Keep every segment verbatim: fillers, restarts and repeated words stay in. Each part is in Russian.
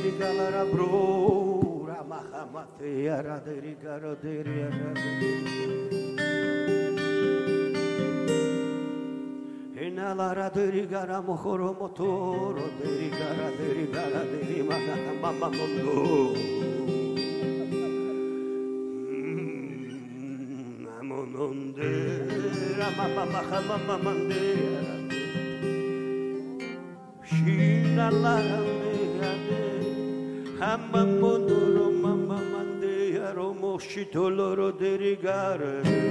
Inalara derigara mohoro motoro derigara derigara derimana mama mondo amononde mama mama mama mande shina la megade hamamondoro mama mande aromo shitoloro derigara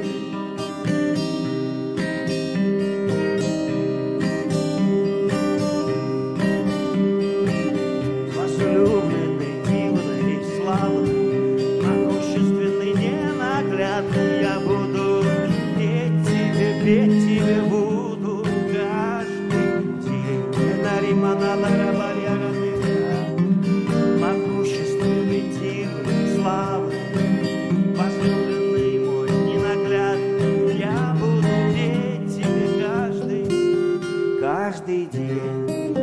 могущественный, ненаглядный, я буду петь тебе, петь тебе буду каждый день. Могущественный, дивный, славный, возлюбленный мой, ненаглядный, я буду петь тебе каждый, каждый день.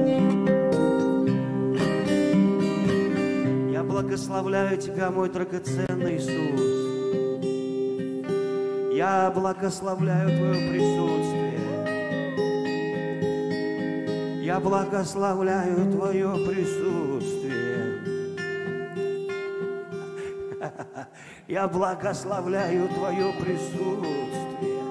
Благословляю Тебя, мой драгоценный Иисус. Я благословляю Твое присутствие. Я благословляю Твое присутствие. Я благословляю Твое присутствие.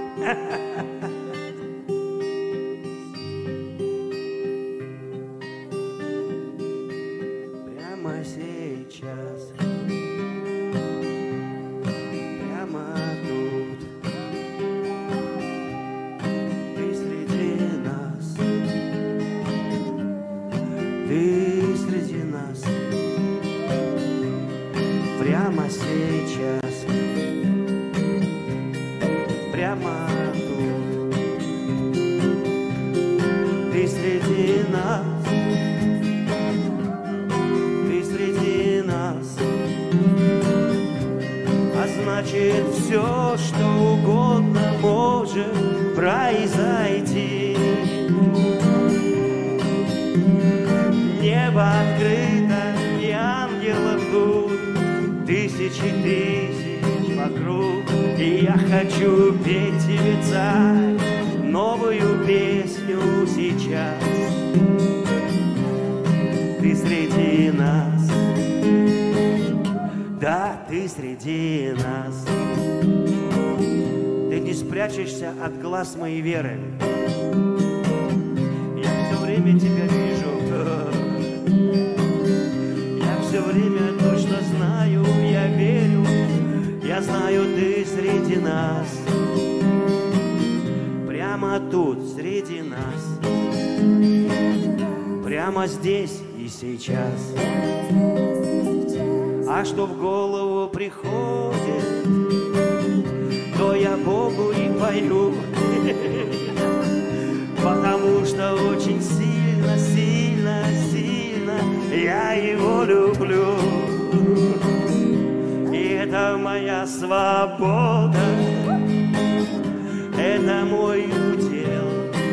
Все, что угодно может произойти. Небо открыто, и ангелов тут тысячи тысяч вокруг. И я хочу петь тебе, Царь, новую песню сейчас. Ты среди нас, да, ты среди нас. Ты не спрячешься от глаз моей веры. Я все время тебя вижу. Я все время точно знаю, я верю. Я знаю, ты среди нас. Прямо тут, среди нас. Прямо здесь и сейчас. А что в голову приходит, то я Богу и пою, потому что очень сильно, сильно, сильно я Его люблю. И это моя свобода, это мой удел,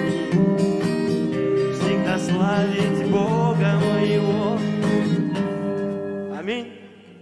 всегда славить Бога моего. Аминь.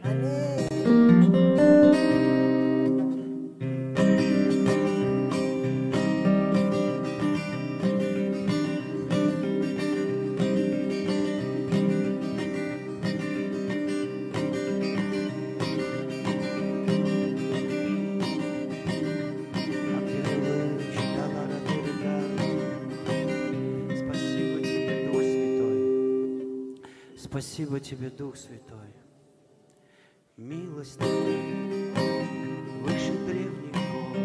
Спасибо Тебе, Дух Святой. Милость Твоя выше древних гор.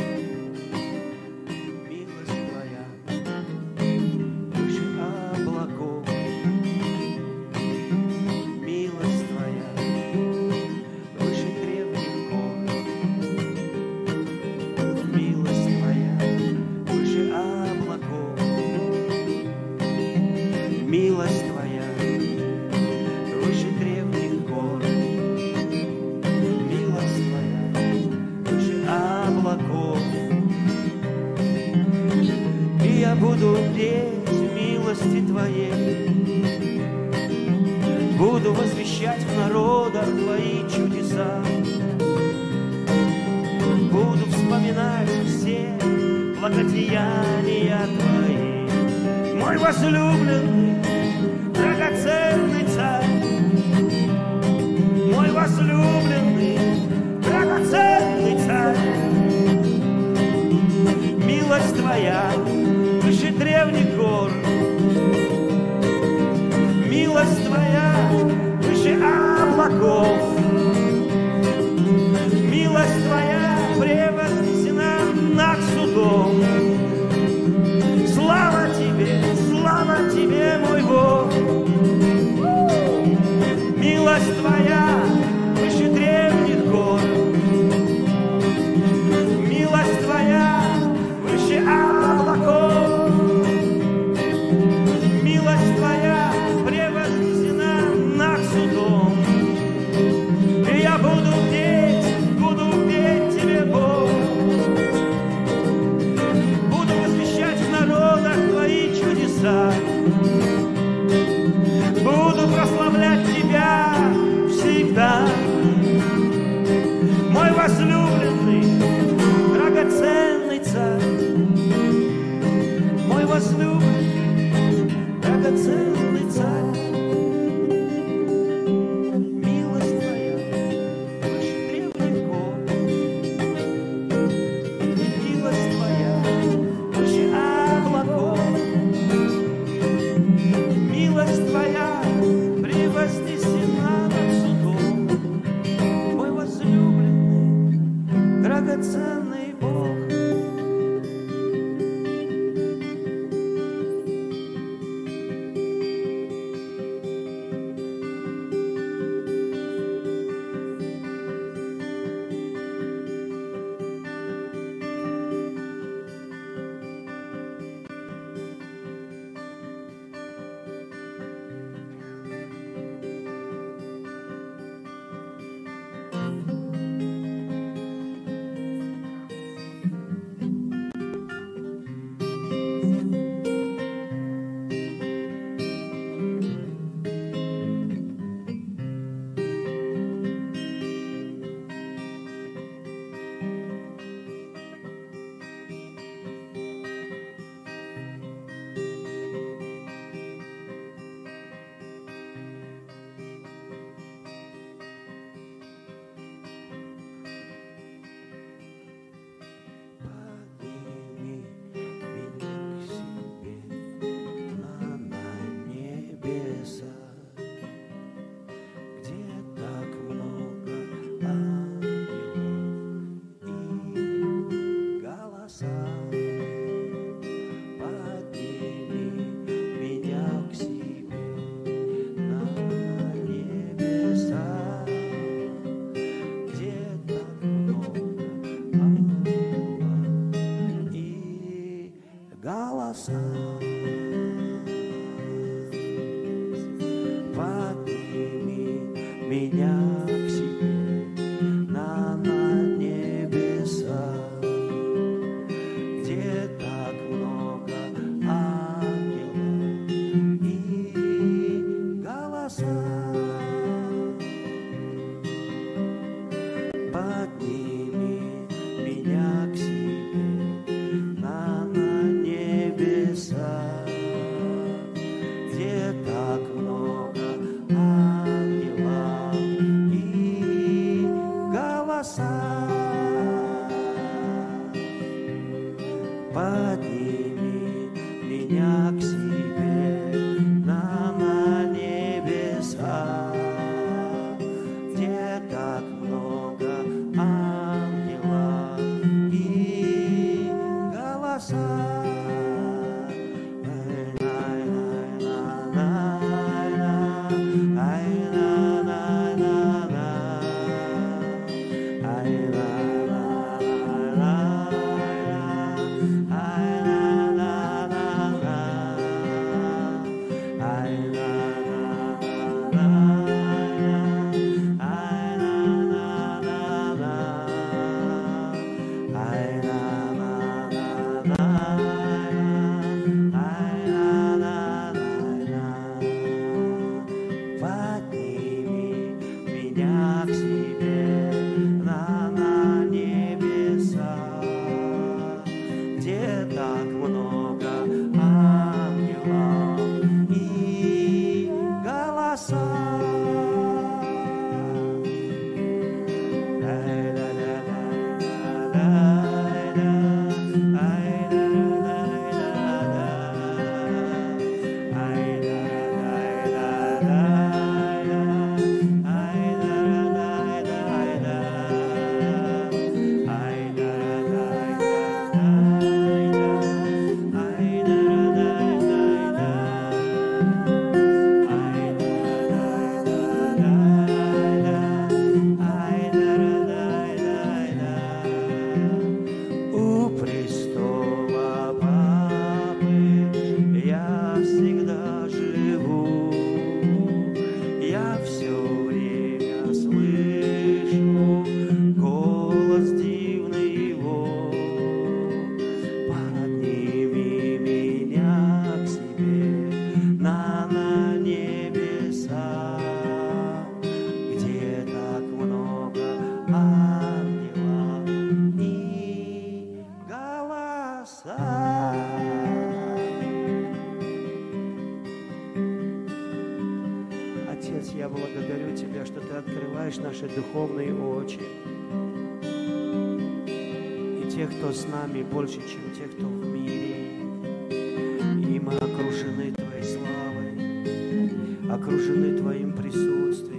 Милость Твоя выше облаков. Милость Твоя выше древних гор. Милость Твоя выше облаков. Милость Твоя буду петь в милости Твоей. Буду возвещать в народах Твои чудеса. Буду вспоминать все благодеяния Твои. Мой возлюбленный, драгоценный Царь, мой возлюбленный, драгоценный Царь. Милость Твоя выше древних гор, милость Твоя выше облаков, милость Твоя превознесена над судом. Слава Тебе, слава Тебе, мой Бог. Милость Твоя выше древних гор, милость Твоя выше облаков, милость Твоя превознесена над судом. И я буду петь, буду петь Тебе, Бог. Буду возвещать в народах Твои чудеса. Буду прославлять Тебя всегда. Мой возлюбленный, драгоценный Царь, мой возлюбленный, драгоценный Царь. Милость Твоя выше древних гор, милость Твоя выше облаков, милость Твоя превознесена над судом. Мой возлюбленный, драгоценный Бог. I много ангелов и голоса. Отец, я благодарю Тебя, что Ты открываешь наши духовные очи. И тех, кто с нами, больше, чем тех, кто в мире. И мы окружены Твоей славой, окружены Твоим присутствием.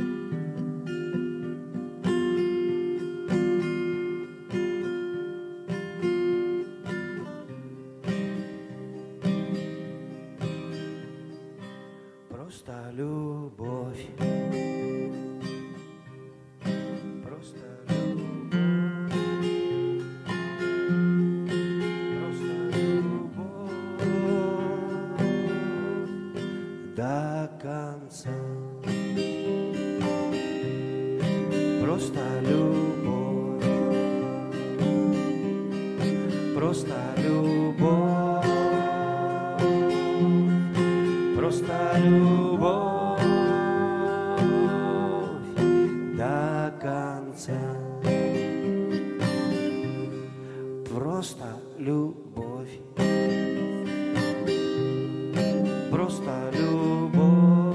Просто любовь, просто любовь, просто любовь до конца. Просто любовь, просто любовь, просто любовь до конца. Просто любовь, просто любовь,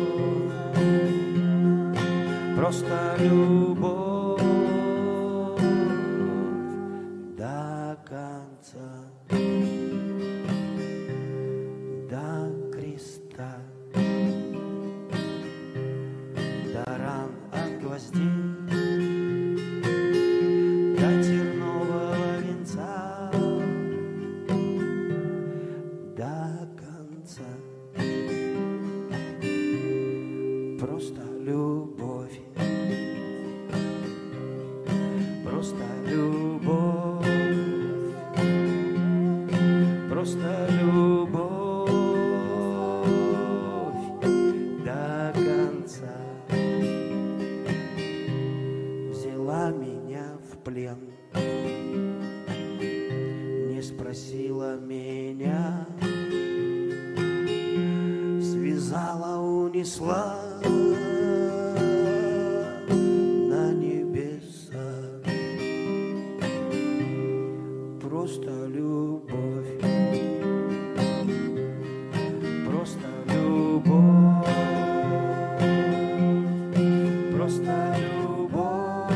просто любовь до конца, до креста, до ран от гвоздей, до тернового венца, до конца. Просто любовь, просто любовь, просто любовь до конца. Взяла меня в плен, не спросила меня, связала, унесла на небеса. Просто любовь, просто любовь, просто любовь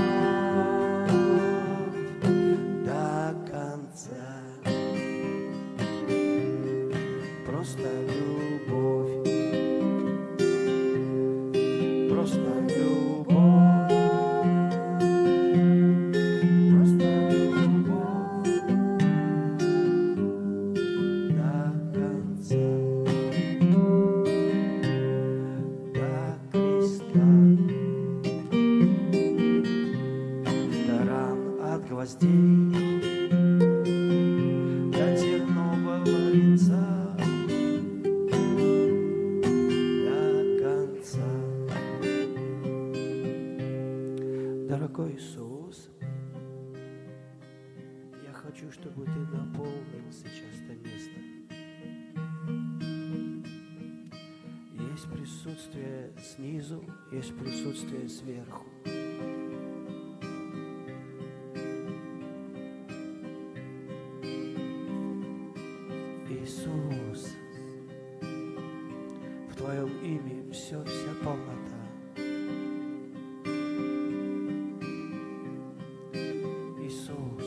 до конца. Просто любовь, просто любовь, просто любовь до конца, до креста, до ран от гвоздей, до тернового венца, до конца. Дорогой Иисус, я хочу, чтобы Ты наполнил сейчас это место. Есть присутствие снизу, есть присутствие сверху. Иисус, в Твоем имя все, вся полнота. Иисус,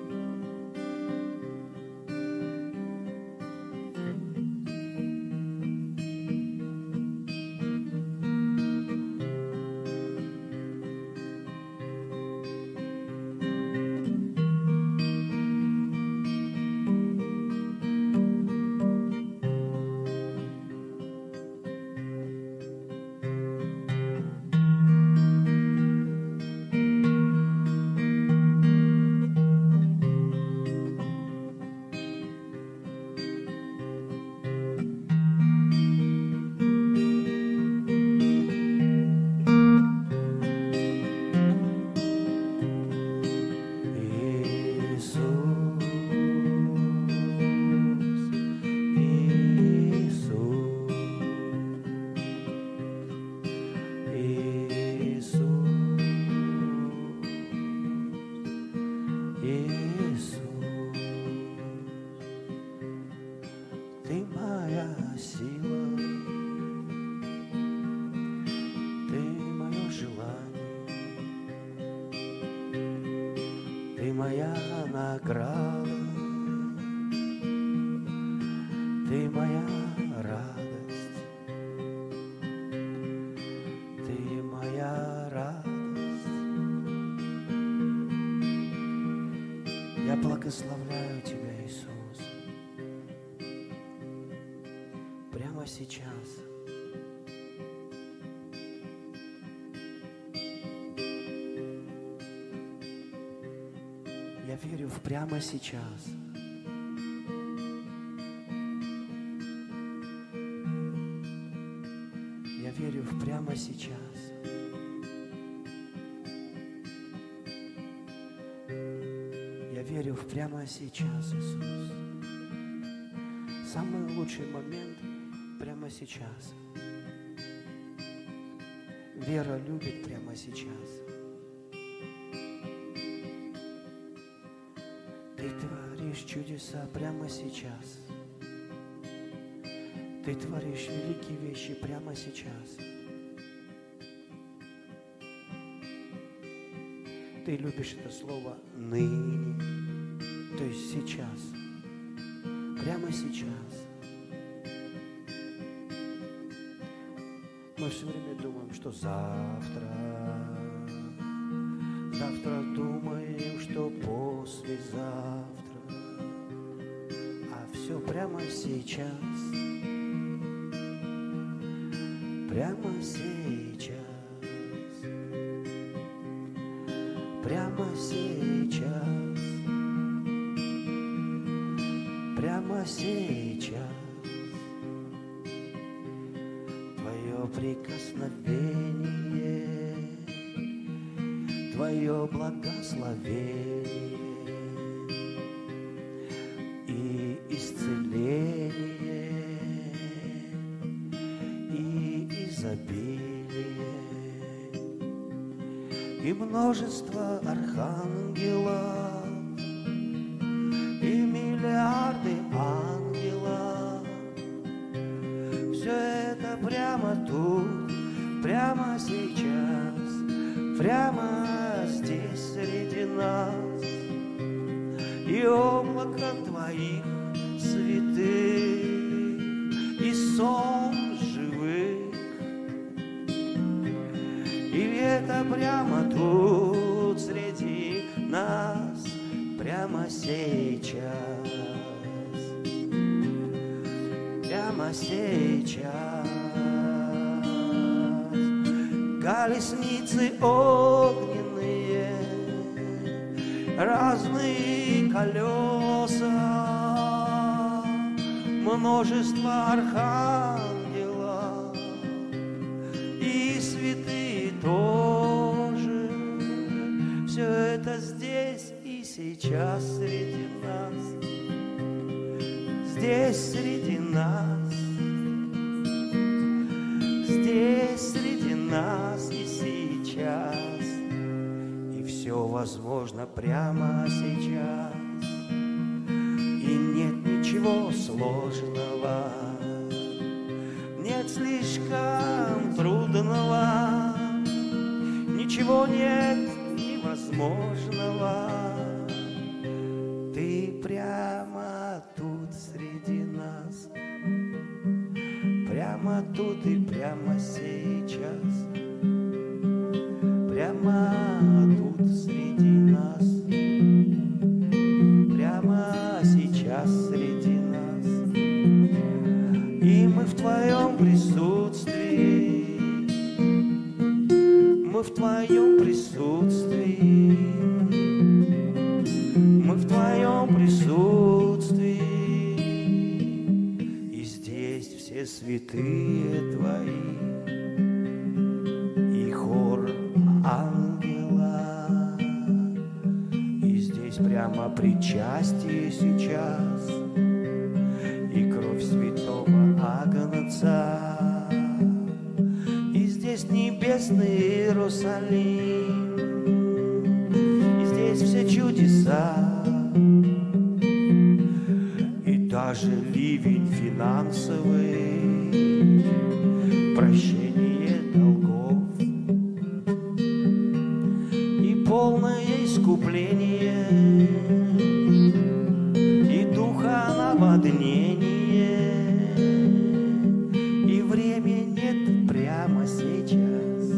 благословляю Тебя, Иисус, прямо сейчас. Я верю в прямо сейчас. Я верю в прямо сейчас. Верю в прямо сейчас, Иисус. Самый лучший момент прямо сейчас. Вера любит прямо сейчас. Ты творишь чудеса прямо сейчас. Ты творишь великие вещи прямо сейчас. Ты любишь это слово «ныне», то есть сейчас, прямо сейчас. Мы все время думаем, что завтра, завтра думаем, что послезавтра, а все прямо сейчас, прямо сейчас. Прямо сейчас, прямо сейчас, Твое прикосновение, Твое благословение и исцеление, и изобилие. И множество архангелов, и миллиарды ангелов. Все это прямо тут, прямо сейчас, прямо здесь среди нас. И облако Твоих святых, и сон живых. И это прямо тут, среди нас, прямо сейчас, прямо сейчас. Колесницы огненные, разные колеса, множество архангелов и святые тоже. Все это здесь и сейчас среди нас, здесь среди нас, здесь среди нас и сейчас. И все возможно прямо сейчас. И нет ничего ничего сложного, нет слишком трудного, ничего нет невозможного. Ты прямо тут среди нас, прямо тут и прямо сейчас, прямо тут среди нас, прямо сейчас среди нас. И мы в Твоем присутствии, мы в Твоем присутствии, мы в Твоем присутствии. И здесь все святые Твои, и хор ангела, и здесь прямо причастие сейчас, и кровь святого Агнца, и здесь небесный Иерусалим, и здесь все чудеса, и даже ливень финансовый, прощение долгов и полное искупление, и духа наводнение, и время нет прямо сейчас,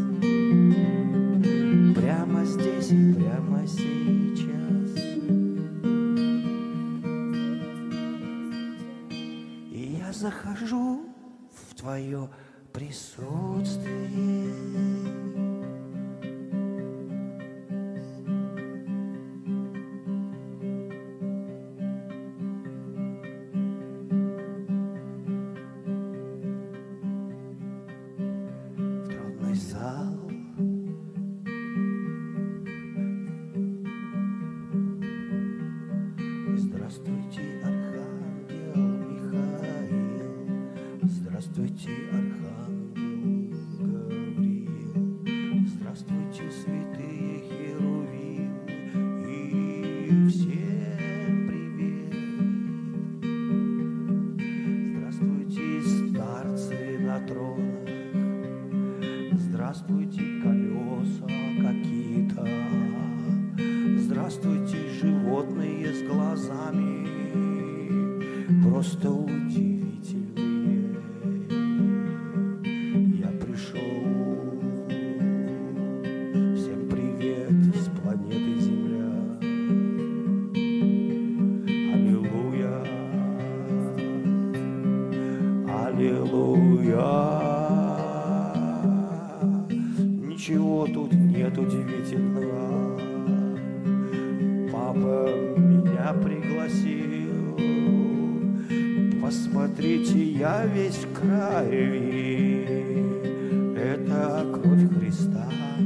прямо здесь и прямо сейчас. И я захожу в Твое присутствие. В тронный зал. Здравствуйте, Архангел Михаил, здравствуйте, Архангел Гавриил, здравствуйте, святые херувимы, и всем привет. Здравствуйте, старцы на тронах, здравствуйте, колеса какие-то, здравствуйте, животные с глазами, просто удивительные. Я пришел, всем привет с планеты Земля. Аллилуйя, аллилуйя. Ничего тут нет удивительного. Папа меня пригласил. Посмотрите, я весь в крови. Это кровь Христа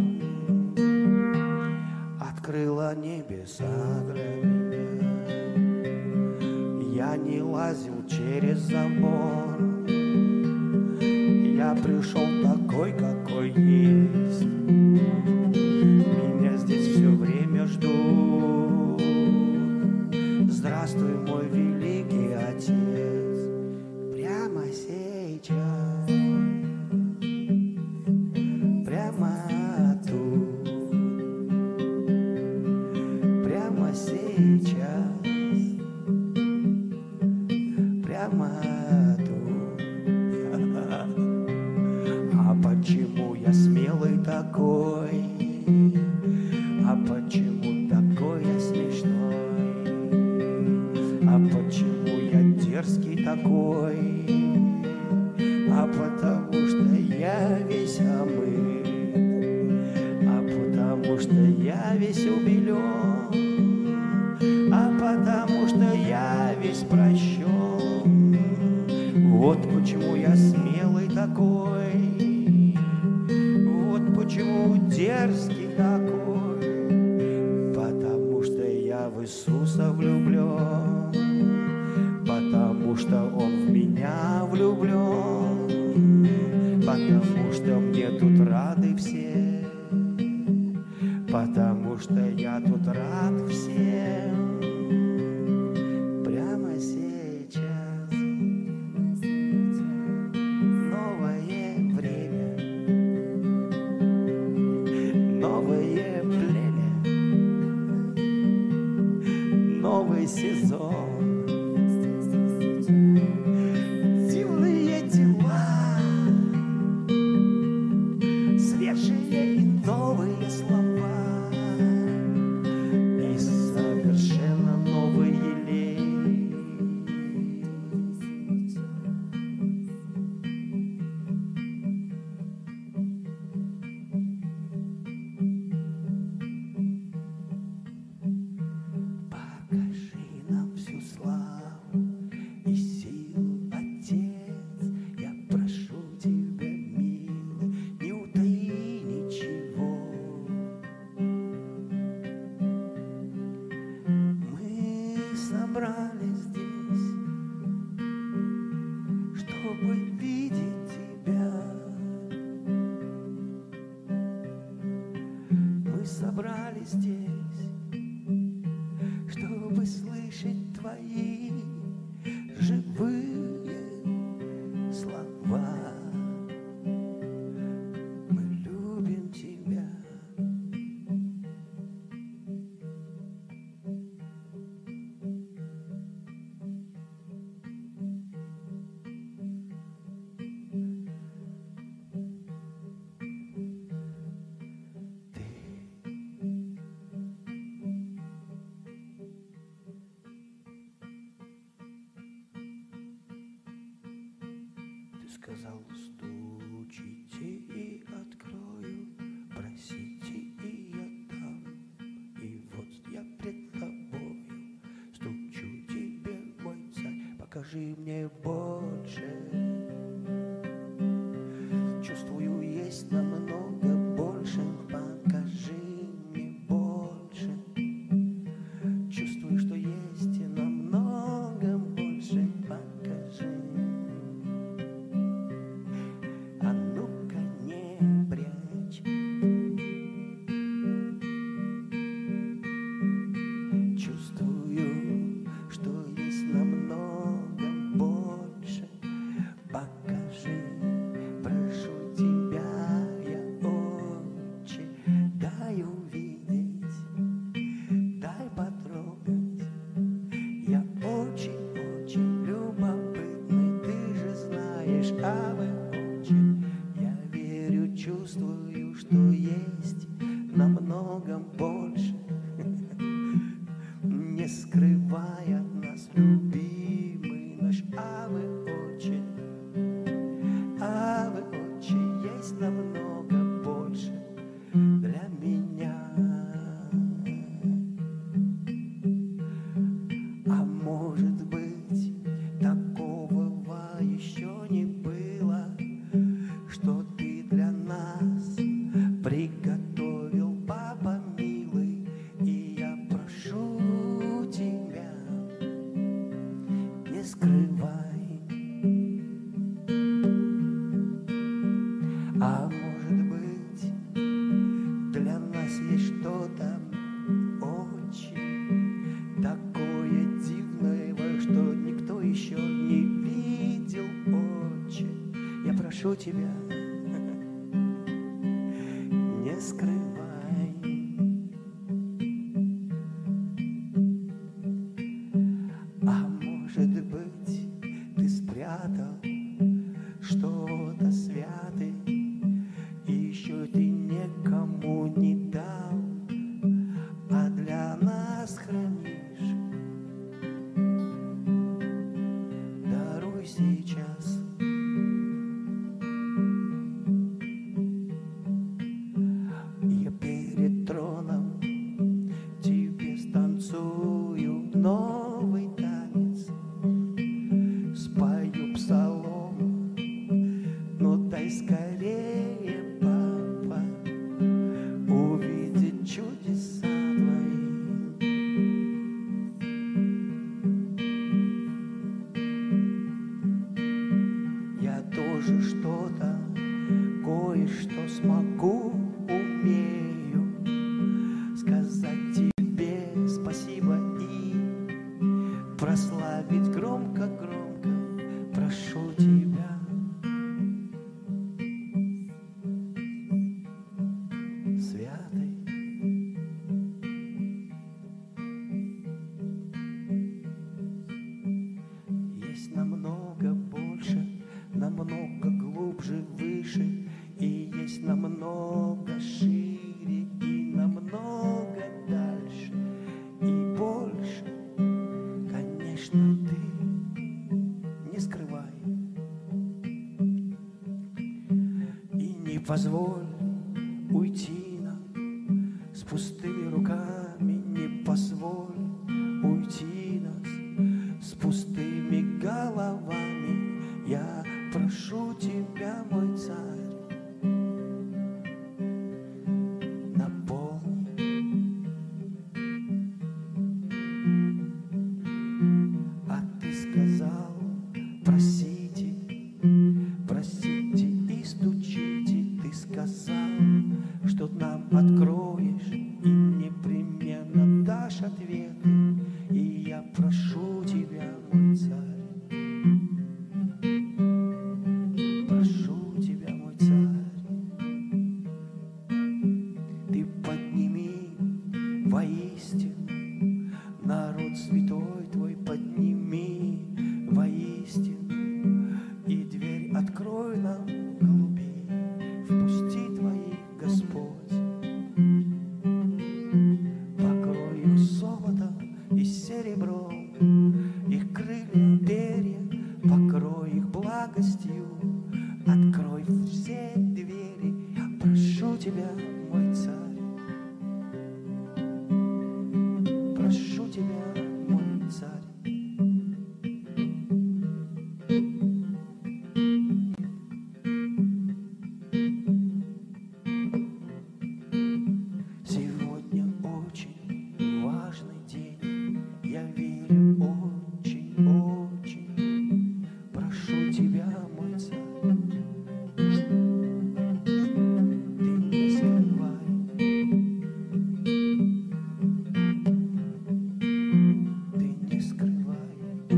открыла небеса для меня. Я не лазил через забор. Я пришел такой, какой есть. Меня здесь все время ждут. Здравствуй, мой великий Отец, прямо сейчас, прямо тут, прямо сейчас, прямо тут. А почему я смелый такой? А почему такой я смешной? А почему я дерзкий такой? А потому что я весь омыт, а потому что я весь убелен, а потому что я весь прощен. Вот почему я смелый такой, вот почему дерзкий такой, потому что я в Иисуса влюблен, потому что Он в меня влюблен, потому что мне тут рады все, потому что я тут рад всем прямо сейчас. Дивные дела, свежие и новые слова, и совершенно новый елей. Покажи нам всю славу и силу, Отец, я прошу Тебя, милый, не утаи ничего. Мы собрались здесь, чтобы видеть Тебя. Мы собрались здесь, чтобы слышать Твои живые слова. Мы любим Тебя. Ты сказал: стучите и открою, просите и я дам. И вот я пред тобою, стучу тебе, мой царь, покажи мне больше. Чувствую, есть намного больше, покажи мне больше. Чувствую, что есть намного больше, покажи. А ну-ка не прячь. Чувствую, что есть намного больше, покажи. Прошу Тебя, я очень, дай увидеть, дай потрогать. Я очень-очень любопытный, ты же знаешь, а вы очень. Я верю, чувствую, что есть намного больше, не скрывая нас, любимый наш, а вы очень, а вы очень, есть намного больше для меня. А может быть, такого еще не было, что Ты для нас приготовил, Папа милый, и я прошу Тебя, не скрывай. А может быть, для нас есть что-то очень такое дивное, что никто еще не видел, очень. Я прошу Тебя, не скрывай. А может быть, Ты спрятал что-то святое, и еще Ты никому не дал, а для нас хранишь. Даруй сейчас. Я перед троном Тебе станцую новый танец, спою псалом, но дай скорее, Папа, увидеть чудеса Твои. Я тоже что-то, кое-что смогу, умею сказать Тебе спасибо и прославить громко-громко. Прошу Тебя, святый, намного глубже, выше, и есть намного шире, и намного дальше, и больше. Конечно, ты не скрывай и не позволь уйти нам с пустыми руками, не позволь уйти нас с пустыми головами. Я прошу тебя, мой царь, наполни. А ты сказал: просите, просите и стучите. Ты сказал, что нам откроешь и непременно дашь ответы. И я прошу тебя, мой царь, прошу тебя, мой царь, ты подними воистину народ святой твой, подними воистину, и дверь открой нам, голубей, впусти твоих, Господь, покрой их золотом и серебром, их крылья, перья, покрой их благостью, открой все двери. Я прошу тебя, мой царь, прошу тебя, мой царь. Сегодня очень важный день, я верю, очень, очень. Прошу тебя, мой царь, ты не скрывай, ты не скрывай.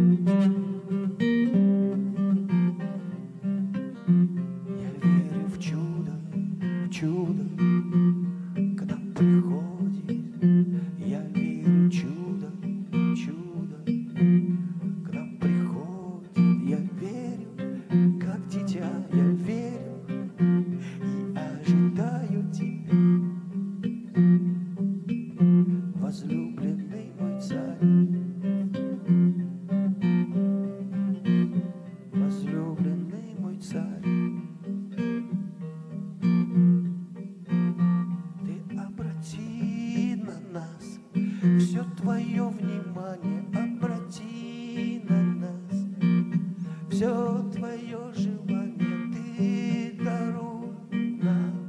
Я верю в чудо, в чудо, к нам приходит. Я верю, чудо, чудо к нам приходит. Я верю, как дитя, я верю и ожидаю тебя, возлюбленный мой царь, возлюбленный мой царь. Ты обрати на нас все твое внимание, обрати на нас все твое желание, ты даруй нам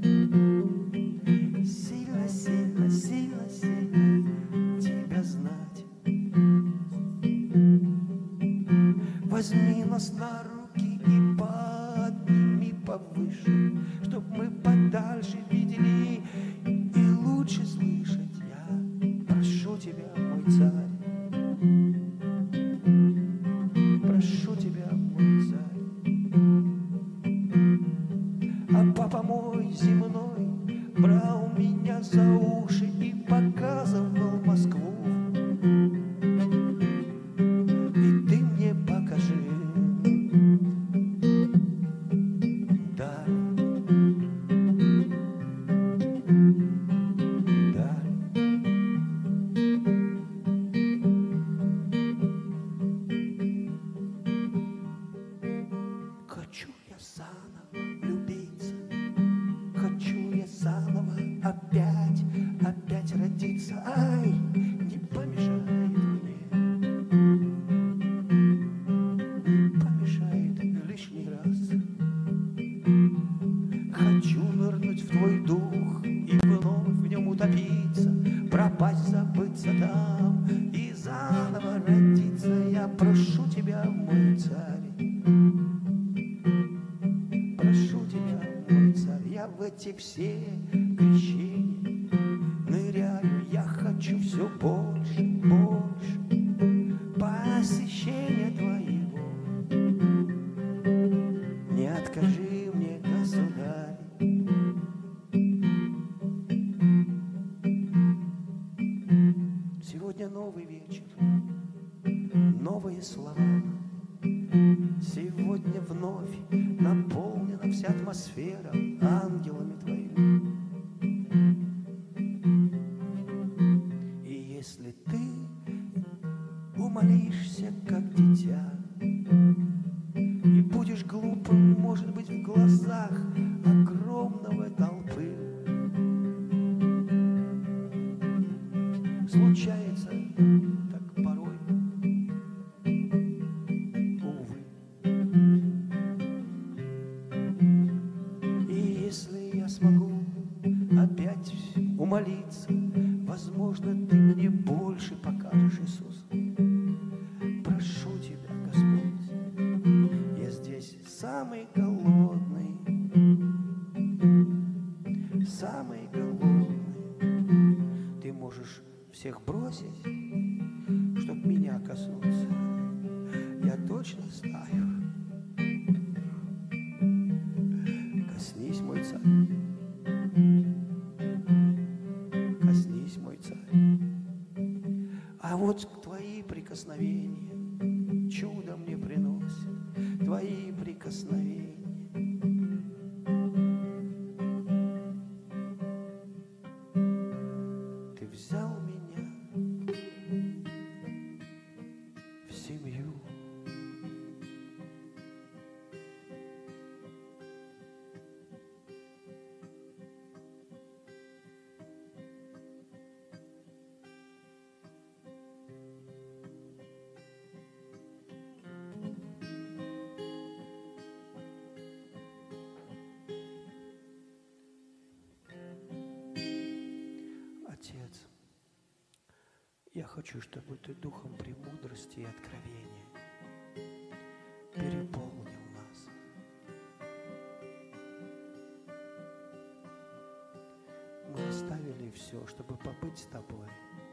сильно, сильно, сильно, сильно тебя знать. Возьми нас на руки и подними повыше, чтоб мы подальше видели и лучше слышать. Я прошу тебя, мой царь, прошу тебя, мой царь. А папа мой земной брал меня за уши и показывал Москву. И ты мне покажи даль, даль. Хочу я заново влюбиться, хочу я заново опять, опять родиться. Ай, не помешает мне, не помешает лишний раз. Хочу нырнуть в твой дух и вновь в нем утопиться, пропасть, забыться там и заново родиться. Я прошу тебя, мой царь, прошу тебя, мой царь. Я в эти все крещения ныряю, я хочу все больше, больше посещения твоего. Не откажи мне, государь, сегодня новый вечер, новые слова. Сегодня вновь наполнена вся атмосфера ангелами Твоими. И если Ты умолишься, как дитя, и будешь глупым, может быть, в глазах огромного толпы, случается так порой, увы. И если я смогу опять умолиться, возможно, Ты мне больше покажешь, Иисус. Прошу Тебя, Господь, я здесь самый голодный, самый голодный. Ты можешь всех бросить, чтоб меня коснуться. Я точно знаю. Коснись, мой царь. Коснись, мой царь. А вот Твои прикосновения чудо мне приносят. Твои прикосновения. Ты взял меня в семью. Отец, я хочу, чтобы Ты духом премудрости и откровения переполнил нас. Мы оставили все, чтобы побыть с Тобой.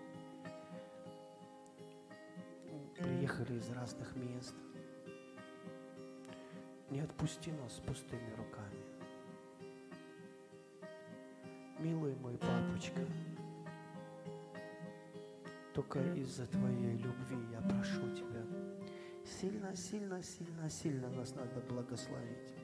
Приехали из разных мест. Не отпусти нас с пустыми руками. Милый мой папочка, только из-за Твоей любви я прошу Тебя, сильно, сильно, сильно, сильно нас надо благословить.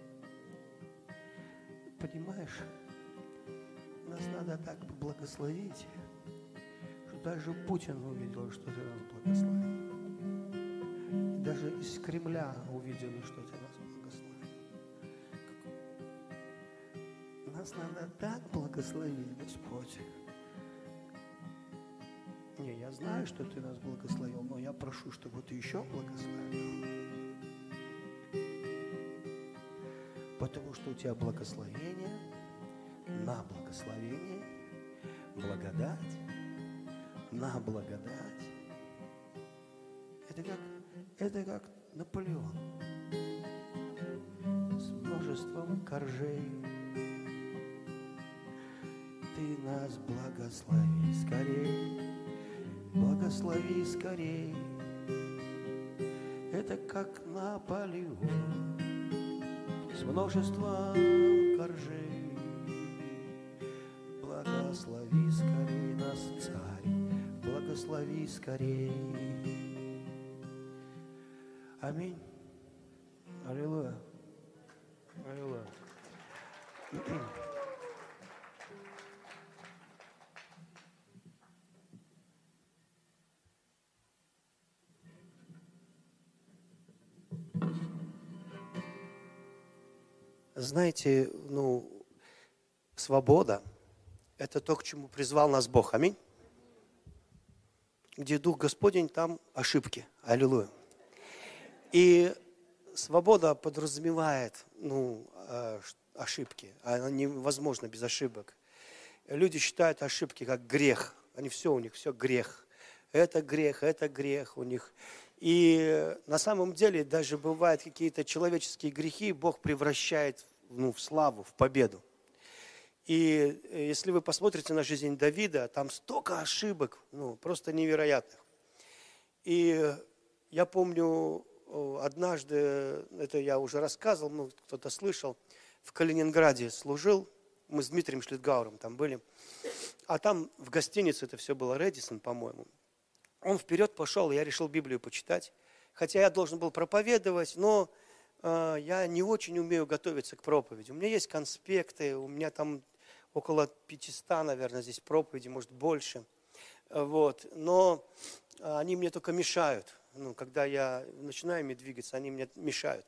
Понимаешь, нас надо так благословить, что даже Путин увидел, что Ты нас благословил. И даже из Кремля увидели, что Ты нас благословил. Нас надо так благословить, Господь. Не, я знаю, что Ты нас благословил, но я прошу, чтобы Ты еще благословил. Потому что у Тебя благословение на благословение, благодать на благодать. Это как, это как Наполеон с множеством коржей. Ты нас благослови скорей. Благослови скорей. Это как Наполеон с множеством коржей. Благослови скорей нас, Царь, благослови скорей. Аминь. Аллилуйя. Аллилуйя. Знаете, ну, свобода – это то, к чему призвал нас Бог. Аминь. Где Дух Господень, там ошибки. Аллилуйя. И свобода подразумевает, ну, ошибки. Она невозможна без ошибок. Люди считают ошибки как грех. Они все, у них все грех. Это грех, это грех у них. И на самом деле даже бывают какие-то человеческие грехи, Бог превращает, ну, в славу, в победу. И если вы посмотрите на жизнь Давида, там столько ошибок, ну, просто невероятных. И я помню, однажды, это я уже рассказывал, ну, кто-то слышал, в Калининграде служил, мы с Дмитрием Шлитгауром там были, а там в гостинице, это все было Рэдисон, по-моему. Он вперед пошел, я решил Библию почитать, хотя я должен был проповедовать, но я не очень умею готовиться к проповеди. У меня есть конспекты, у меня там около пятисот, наверное, здесь проповеди, может, больше. Вот. Но они мне только мешают. Ну, когда я начинаю ими двигаться, они мне мешают.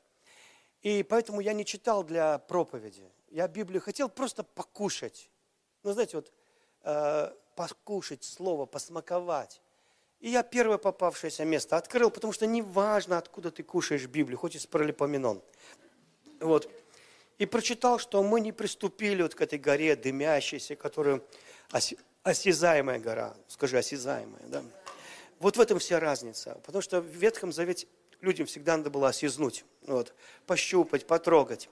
И поэтому я не читал для проповеди. Я Библию хотел просто покушать. Ну, знаете, вот э, покушать слово, посмаковать. И я первое попавшееся место открыл, потому что не важно, откуда ты кушаешь Библию, хоть из Паралипоменон. Вот. И прочитал, что мы не приступили вот к этой горе дымящейся, которая оси, осязаемая гора. Скажи, осязаемая, да? Вот в этом вся разница. Потому что в Ветхом Завете людям всегда надо было осязнуть, вот, пощупать, потрогать.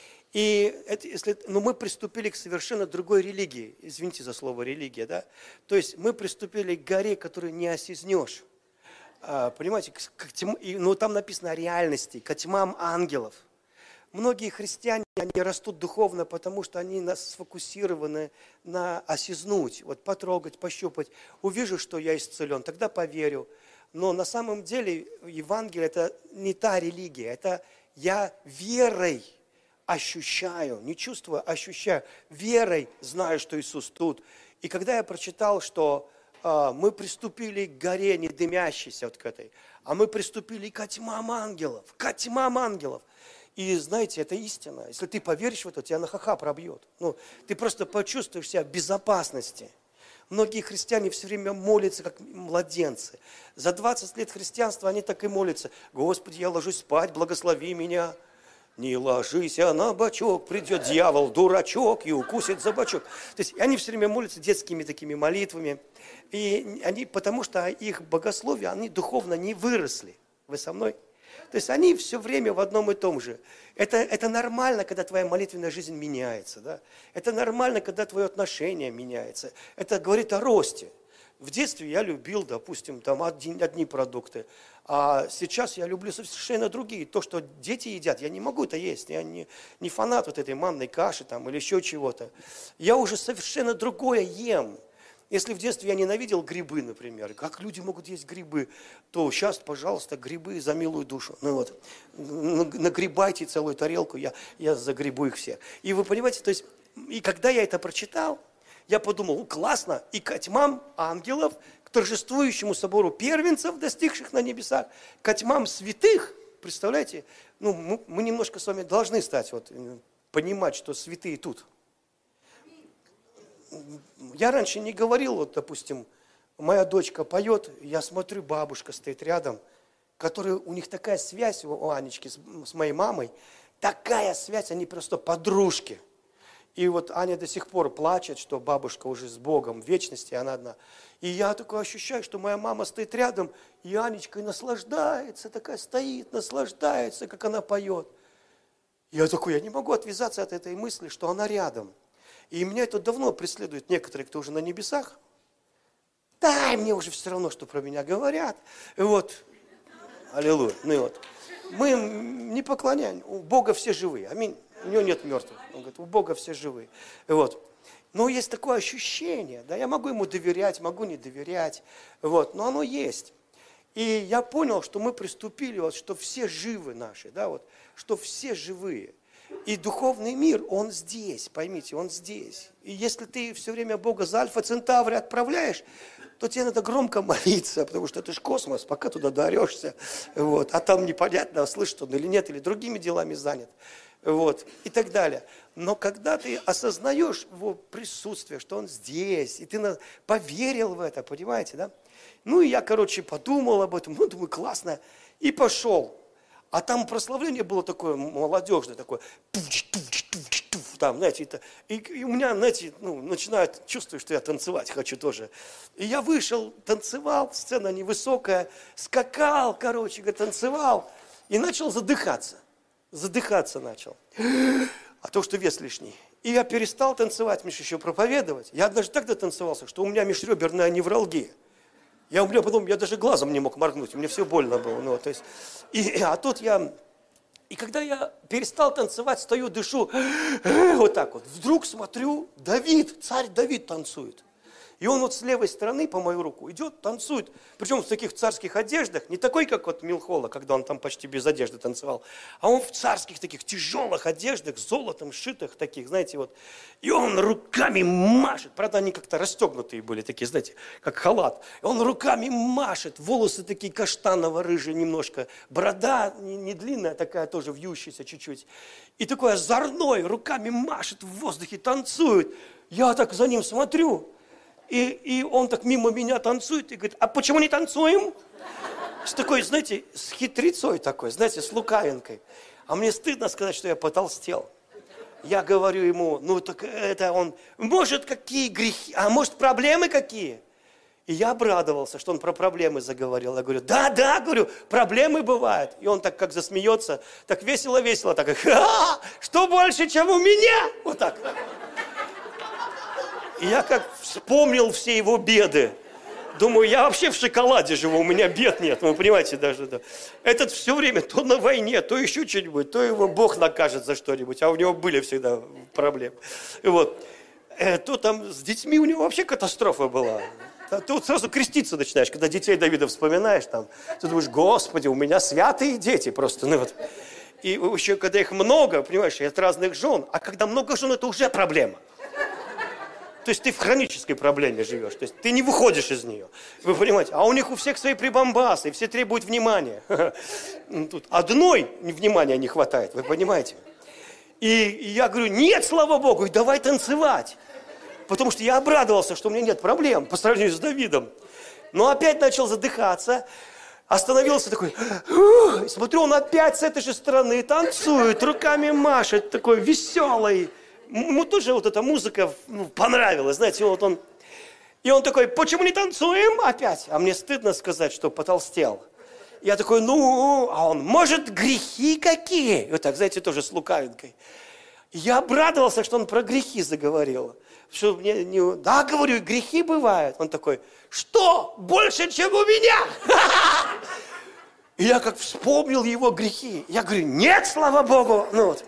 И это, если, но мы приступили к совершенно другой религии. Извините за слово религия, да? То есть мы приступили к горе, которую не осязнешь. А, понимаете, к, к тьм, и, ну, там написано о реальности, к тьмам ангелов. Многие христиане, они растут духовно, потому что они нас сфокусированы на осязнуть, вот потрогать, пощупать. Увижу, что я исцелен, тогда поверю. Но на самом деле Евангелие – это не та религия, это я верой ощущаю, не чувствую, ощущаю, верой знаю, что Иисус тут. И когда я прочитал, что э, мы приступили к горе не дымящейся вот к этой, а мы приступили к тьмам ангелов, к тьмам ангелов. И знаете, это истина. Если ты поверишь в это, тебя на ха-ха пробьет. Ну, ты просто почувствуешь себя в безопасности. Многие христиане все время молятся, как младенцы. За двадцать лет христианства они так и молятся. Господи, я ложусь спать, благослови меня. Не ложись, а на бочок придет дьявол, дурачок, и укусит за бочок. То есть они все время молятся детскими такими молитвами. И они, потому что их богословие, они духовно не выросли. Вы со мной? То есть они все время в одном и том же. Это, это нормально, когда твоя молитвенная жизнь меняется. Да? Это нормально, когда твое отношение меняется. Это говорит о росте. В детстве я любил, допустим, там одни, одни продукты, а сейчас я люблю совершенно другие. То, что дети едят, я не могу это есть. Я не, не фанат вот этой манной каши там, или еще чего-то. Я уже совершенно другое ем. Если в детстве я ненавидел грибы, например, как люди могут есть грибы, то сейчас, пожалуйста, грибы за милую душу. Ну вот, нагребайте целую тарелку, я, я загребу их все. И вы понимаете, то есть, и когда я это прочитал, я подумал, классно, и к тьмам ангелов, к торжествующему собору первенцев, достигших на небесах, к тьмам святых, представляете, ну, мы, мы немножко с вами должны стать, вот, понимать, что святые тут. Я раньше не говорил, вот, допустим, моя дочка поет, я смотрю, бабушка стоит рядом, которая, у них такая связь, у Анечки с, с моей мамой, такая связь, они просто подружки. И вот Аня до сих пор плачет, что бабушка уже с Богом в вечности, она одна. И я такое ощущаю, что моя мама стоит рядом, и Анечка наслаждается, такая стоит, наслаждается, как она поет. Я такой, я не могу отвязаться от этой мысли, что она рядом. И меня это давно преследует некоторые, кто уже на небесах. Да, мне уже все равно, что про меня говорят. И вот, аллилуйя. Ну и вот, мы не поклоняем, у Бога все живые, аминь. У него нет мертвых. Он говорит, у Бога все живые. И вот. Но есть такое ощущение, да, я могу ему доверять, могу не доверять, вот, но оно есть. И я понял, что мы приступили, вот, что все живы наши, да, вот, что все живые. И духовный мир, он здесь, поймите, он здесь. И если ты все время Бога за Альфа Центавра отправляешь, то тебе надо громко молиться, потому что это же космос, пока туда доорешься, вот, а там непонятно, слышит он или нет, или другими делами занят. Вот, и так далее. Но когда ты осознаешь его присутствие, что он здесь, и ты на... поверил в это, понимаете, да? Ну, и я, короче, подумал об этом, ну, думаю, классно, и пошел. А там прославление было такое молодежное, такое, там, знаете, это, и, и у меня, знаете, ну, начинает чувствовать, что я танцевать хочу тоже. И я вышел, танцевал, сцена невысокая, скакал, короче, танцевал, и начал задыхаться. Задыхаться начал. А то, что вес лишний. И я перестал танцевать, Миша, еще проповедовать. Я однажды так дотанцевался, что у меня межреберная невралгия. Я у меня потом, я даже глазом не мог моргнуть, мне все больно было. Ну, то есть, и, а тут я, и когда я перестал танцевать, стою, дышу, вот так вот. Вдруг смотрю, Давид, царь Давид танцует. И он вот с левой стороны по мою руку идет, танцует. Причем в таких царских одеждах, не такой, как вот Милхола, когда он там почти без одежды танцевал, а он в царских таких тяжелых одеждах, с золотом шитых таких, знаете, вот. И он руками машет. Правда, они как-то расстегнутые были такие, знаете, как халат. И он руками машет, волосы такие каштаново-рыжие немножко, борода не, не длинная, такая тоже вьющаяся чуть-чуть. И такой озорной, руками машет в воздухе, танцует. Я так за ним смотрю. И, и он так мимо меня танцует и говорит, а почему не танцуем? С такой, знаете, с хитрецой такой, знаете, с лукавинкой. А мне стыдно сказать, что я потолстел. Я говорю ему, ну так это он, может, какие грехи, а может, проблемы какие? И я обрадовался, что он про проблемы заговорил. Я говорю, да, да, говорю, проблемы бывают. И он так как засмеется, так весело-весело, так, ха-ха, что больше, чем у меня? Вот так. И я как вспомнил все его беды. Думаю, я вообще в шоколаде живу, у меня бед нет, вы понимаете даже. Да. Этот все время то на войне, то еще что-нибудь, то его Бог накажет за что-нибудь, а у него были всегда проблемы. И вот, э, то там с детьми у него вообще катастрофа была. А ты вот сразу креститься начинаешь, когда детей Давида вспоминаешь, там, ты думаешь, Господи, у меня святые дети просто. Ну, вот. И еще, когда их много, понимаешь, от разных жен, а когда много жен, это уже проблема. То есть ты в хронической проблеме живешь, то есть ты не выходишь из нее, вы понимаете? А у них у всех свои прибамбасы, все требуют внимания. Тут одной внимания не хватает, вы понимаете? И я говорю, нет, слава Богу, давай танцевать. Потому что я обрадовался, что у меня нет проблем по сравнению с Давидом. Но опять начал задыхаться, остановился такой, смотрю, он опять с этой же стороны танцует, руками машет, такой веселый. Ему тоже вот эта музыка ну, понравилась, знаете, вот он. И он такой, почему не танцуем опять? А мне стыдно сказать, что потолстел. Я такой, ну, а он, может, грехи какие? И вот так, знаете, тоже с лукавинкой. Я обрадовался, что он про грехи заговорил. Что мне не... Да, говорю, грехи бывают. Он такой, что, больше, чем у меня? И я как вспомнил его грехи. Я говорю, нет, слава Богу. Ну вот.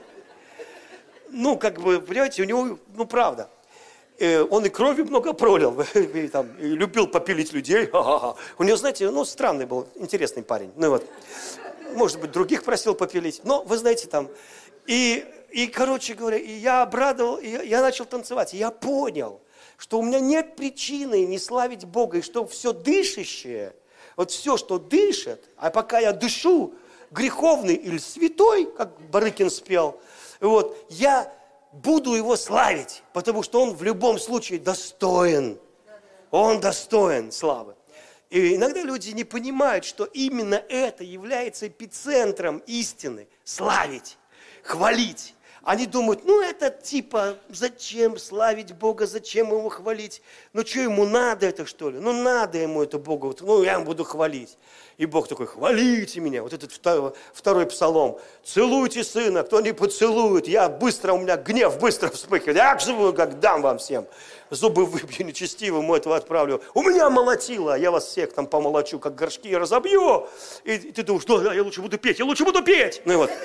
Ну, как бы, понимаете, у него, ну, правда, э, он и крови много пролил, и, там, и любил попилить людей. Ха-ха-ха. У него, знаете, ну, странный был, интересный парень. Ну, вот, может быть, других просил попилить. Но, вы знаете, там, и, и короче говоря, и я обрадовал, и я, я начал танцевать, и я понял, что у меня нет причины не славить Бога, и что все дышащее, вот все, что дышит, а пока я дышу, греховный или святой, как Барыкин спел, вот, я буду его славить, потому что он в любом случае достоин. Он достоин славы. И иногда люди не понимают, что именно это является эпицентром истины. Славить, хвалить. Они думают, ну это типа, зачем славить Бога, зачем его хвалить? Ну что ему надо это что ли? Ну надо ему это Богу, ну я ему буду хвалить. И Бог такой, хвалите меня. Вот этот второй, второй псалом. Целуйте сына, кто не поцелует. Я быстро, у меня гнев быстро вспыхивает. Я живу, как дам вам всем. Зубы выбью нечестивому, этого отправлю. У меня молотило, я вас всех там помолочу, как горшки разобью. И, и ты думаешь, да, я лучше буду петь, я лучше буду петь. Ну и вот.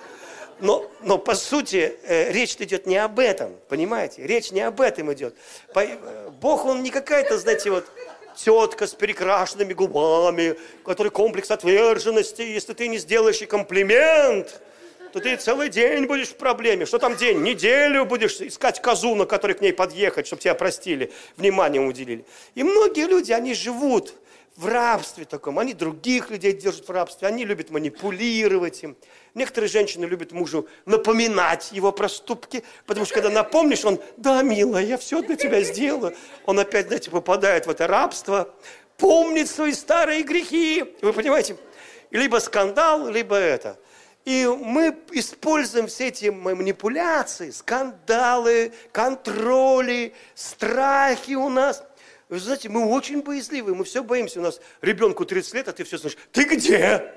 Но, но по сути э, речь идет не об этом, понимаете? Речь не об этом идет. По, э, Бог, он не какая-то, знаете, вот тетка с перекрашенными губами, у которой комплекс отверженности. Если ты не сделаешь ей комплимент, то ты целый день будешь в проблеме. Что там день? Неделю будешь искать козу, на которой к ней подъехать, чтобы тебя простили, внимание уделили. И многие люди, они живут в рабстве таком, они других людей держат в рабстве, они любят манипулировать им. Некоторые женщины любят мужу напоминать его проступки, потому что когда напомнишь, он, да, милая, я все для тебя сделаю. Он опять, знаете, попадает в это рабство, помнит свои старые грехи, вы понимаете? Либо скандал, либо это. И мы используем все эти манипуляции, скандалы, контроли, страхи у нас. Вы знаете, мы очень боязливы, мы все боимся. У нас ребенку тридцать лет, а ты все слышишь, ты где?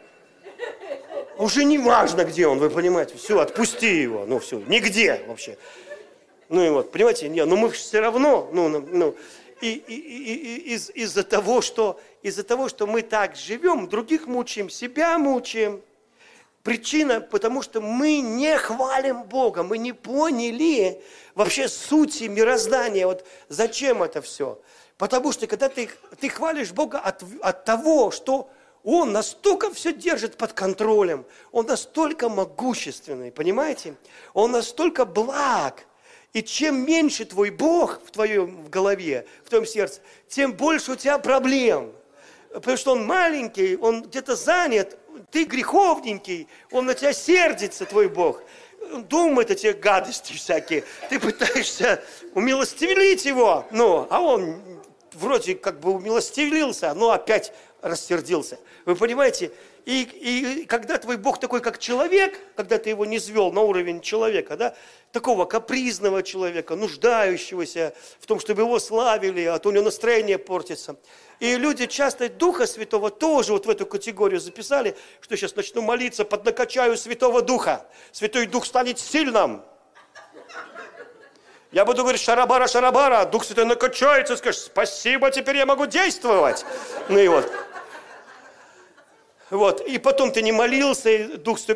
Уже не важно, где он, вы понимаете. Все, отпусти его, ну все, нигде вообще. Ну и вот, понимаете, не, но мы все равно, ну, ну и, и, и, и из, из-за того, что, из-за того, что мы так живем, других мучаем, себя мучаем. Причина, потому что мы не хвалим Бога, мы не поняли вообще сути мироздания, вот зачем это все. Потому что когда ты, ты хвалишь Бога от, от того, что Он настолько все держит под контролем, Он настолько могущественный, понимаете? Он настолько благ. И чем меньше твой Бог в твоем в голове, в твоем сердце, тем больше у тебя проблем. Потому что Он маленький, Он где-то занят, ты греховненький, Он на тебя сердится, твой Бог. Думает о тебе гадости всякие. Ты пытаешься умилостивить Его, ну, а Он вроде как бы умилостивился, но опять рассердился. Вы понимаете? И, и когда твой Бог такой, как человек, когда ты его не звел на уровень человека, да, такого капризного человека, нуждающегося в том, чтобы его славили, а то у него настроение портится. И люди часто Духа Святого тоже вот в эту категорию записали, что сейчас начну молиться, поднакачаю Святого Духа. Святой Дух станет сильным. Я буду говорить шарабара, шарабара, Дух Святой накачается, скажет, спасибо, теперь я могу действовать. Ну и вот. Вот, и потом ты не молился, и Дух Святой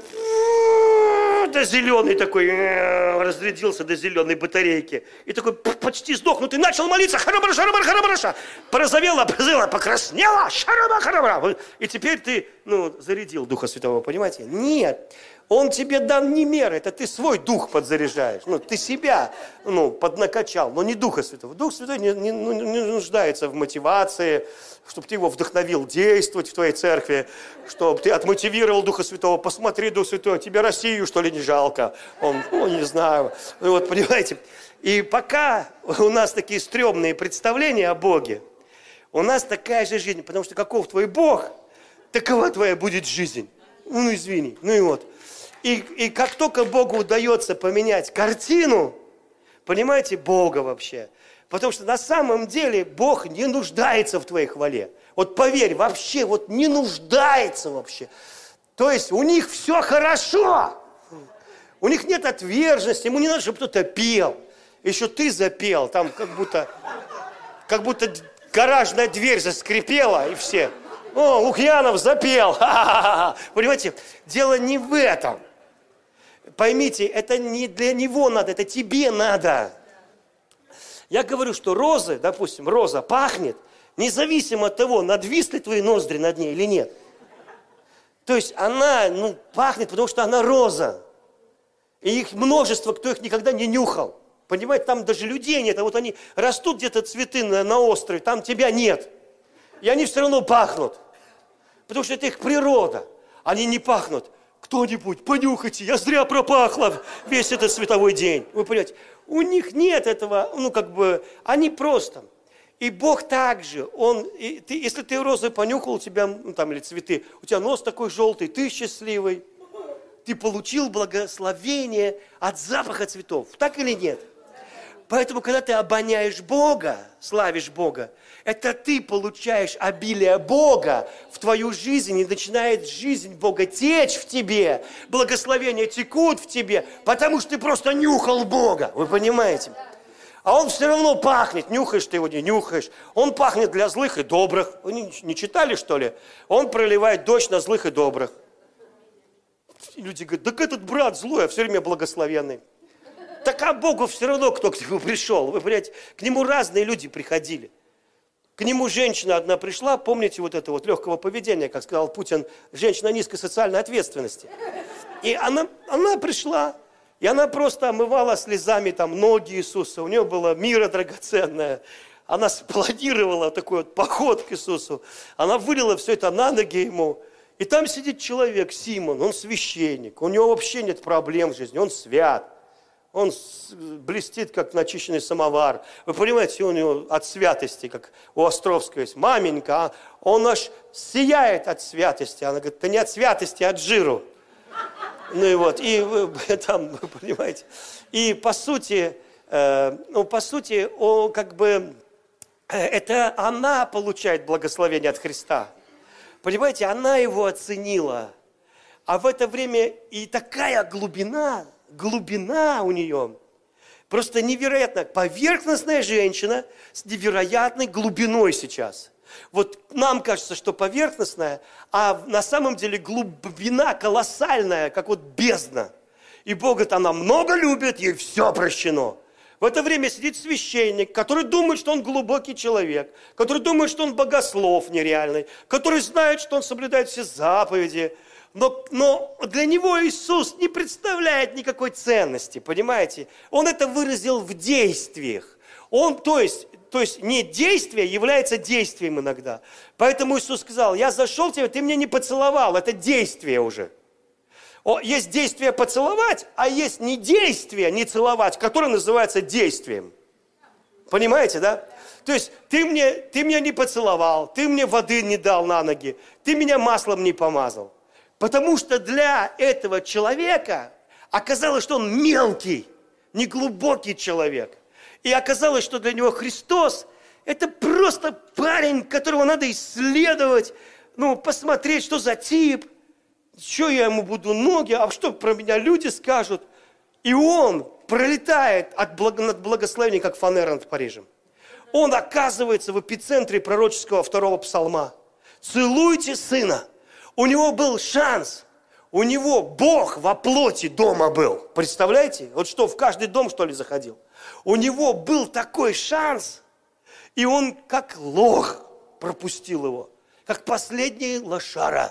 до зеленый такой, разрядился до зеленой батарейки. И такой почти сдохнутый, начал молиться, харабара, шарабара, харабараша. Порозовела, образела, покраснела, шарабара, харабара. И теперь ты, ну, зарядил Духа Святого, понимаете? Нет. Он тебе дан не меры, это ты свой дух подзаряжаешь. Ну, ты себя, ну, поднакачал, но не Духа Святого. Дух Святой не, не, не нуждается в мотивации, чтобы ты его вдохновил действовать в твоей церкви, чтобы ты отмотивировал Духа Святого. Посмотри, Дух Святой, тебе Россию, что ли, не жалко? Он, ну, не знаю. Ну, вот, понимаете. И пока у нас такие стрёмные представления о Боге, у нас такая же жизнь, потому что каков твой Бог, такова твоя будет жизнь. Ну, извини, ну и вот. И, и как только Богу удается поменять картину, понимаете, Бога вообще, потому что на самом деле Бог не нуждается в твоей хвале. Вот поверь, вообще вот не нуждается вообще. То есть у них все хорошо. У них нет отверженности, ему не надо, чтобы кто-то пел. Еще ты запел, там как будто, как будто гаражная дверь заскрипела, и все. О, Лукьянов запел. Ха-ха-ха. Понимаете, дело не в этом. Поймите, это не для него надо, это тебе надо. Я говорю, что розы, допустим, роза пахнет, независимо от того, надвисли твои ноздри над ней или нет. То есть она, ну, пахнет, потому что она роза. И их множество, кто их никогда не нюхал. Понимаете, там даже людей нет, а вот они растут где-то цветы на, на острове, там тебя нет. И они все равно пахнут. Потому что это их природа. Они не пахнут. Кто-нибудь, понюхайте, я зря пропахла весь этот световой день. Вы понимаете, у них нет этого, ну как бы, они просто. И Бог также, Он, и ты, если ты розы понюхал, у тебя, ну там, или цветы, у тебя нос такой желтый, ты счастливый, ты получил благословение от запаха цветов. Так или нет? Поэтому, когда ты обоняешь Бога, славишь Бога, это ты получаешь обилие Бога в твою жизнь, и начинает жизнь Бога течь в тебе, благословения текут в тебе, потому что ты просто нюхал Бога, вы понимаете? А Он все равно пахнет, нюхаешь ты его, не нюхаешь. Он пахнет для злых и добрых. Вы не, не читали, что ли? Он проливает дождь на злых и добрых. И люди говорят, так этот брат злой, а все время благословенный. Так а Богу все равно, кто к нему пришел. Вы понимаете, к нему разные люди приходили. К нему женщина одна пришла, помните вот это вот легкого поведения, как сказал Путин, женщина низкой социальной ответственности. И она, она пришла, и она просто омывала слезами там ноги Иисуса. У нее было мира драгоценное. Она спланировала такой вот поход к Иисусу. Она вылила все это на ноги ему. И там сидит человек, Симон, он священник. У него вообще нет проблем в жизни, он свят. Он блестит, как начищенный самовар. Вы понимаете, у него от святости, как у Островского есть. Маменька, а он аж сияет от святости. Она говорит, да не от святости, а от жиру. Ну и вот, и там, вы понимаете. И по сути, э, ну, по сути, он, как бы, это она получает благословение от Христа. Понимаете, она его оценила. А в это время и такая глубина... Глубина у нее просто невероятно. Поверхностная женщина с невероятной глубиной сейчас. Вот нам кажется, что поверхностная, а на самом деле глубина колоссальная, как вот бездна. И Бог говорит, она много любит, ей все прощено. В это время сидит священник, который думает, что он глубокий человек, который думает, что он богослов нереальный, который знает, что он соблюдает все заповеди. Но, но для него Иисус не представляет никакой ценности, понимаете? Он это выразил в действиях. Он, то есть, то есть не действие является действием иногда. Поэтому Иисус сказал, я зашел к тебе, ты меня не поцеловал, это действие уже. О, есть действие поцеловать, а есть не действие не целовать, которое называется действием. Понимаете, да? То есть ты мне, ты меня не поцеловал, ты мне воды не дал на ноги, ты меня маслом не помазал. Потому что для этого человека оказалось, что он мелкий, неглубокий человек. И оказалось, что для него Христос – это просто парень, которого надо исследовать, ну, посмотреть, что за тип, что я ему буду ноги, а что про меня люди скажут. И он пролетает от благо, над благословением, как фанера над Парижем. Он оказывается в эпицентре пророческого второго псалма. «Целуйте сына». У него был шанс. У него Бог во плоти дома был. Представляете? Вот что, в каждый дом, что ли, заходил? У него был такой шанс. И он, как лох, пропустил его. Как последний лошара.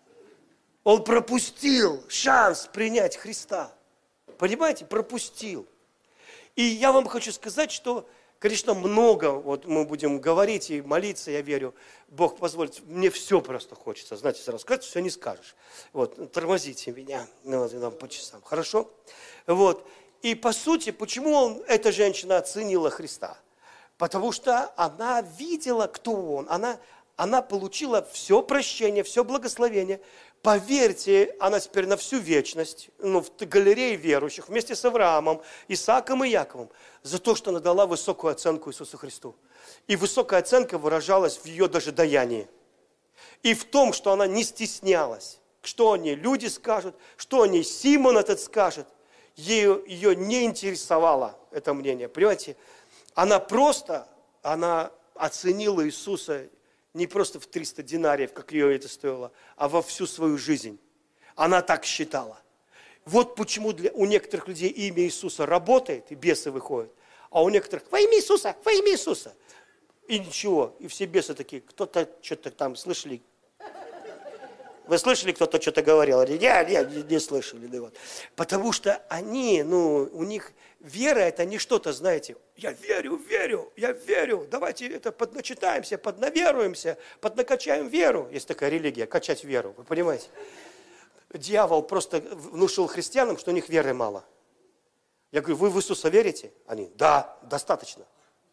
Он пропустил шанс принять Христа. Понимаете? Пропустил. И я вам хочу сказать, что, конечно, много, вот мы будем говорить и молиться, я верю, Бог позволит, мне все просто хочется, знаете, сразу сказать, все не скажешь. Вот, тормозите меня, ну, нам по часам, хорошо? Вот, и по сути, почему он, эта женщина оценила Христа? Потому что она видела, кто он, она, она получила все прощение, все благословение. Поверьте, она теперь на всю вечность, ну, в галерее верующих, вместе с Авраамом, Исааком и Яковом, за то, что она дала высокую оценку Иисусу Христу. И высокая оценка выражалась в ее даже даянии. И в том, что она не стеснялась. Что о ней люди скажут, что о ней Симон этот скажет. Ее, ее не интересовало это мнение. Понимаете, она просто, она оценила Иисуса не просто в триста динариев, как ее это стоило, а во всю свою жизнь. Она так считала. Вот почему для, у некоторых людей имя Иисуса работает, и бесы выходят, а у некоторых во имя Иисуса, во имя Иисуса. И ничего, и все бесы такие, кто-то что-то там слышали. Вы слышали, кто-то что-то говорил? Нет, нет, не, не слышали. Да вот. Потому что они, ну, у них вера это не что-то, знаете, я верю, верю, я верю, давайте это подначитаемся, поднаверуемся, поднакачаем веру. Есть такая религия, качать веру, вы понимаете? Дьявол просто внушил христианам, что у них веры мало. Я говорю, вы в Иисуса верите? Они, да, достаточно.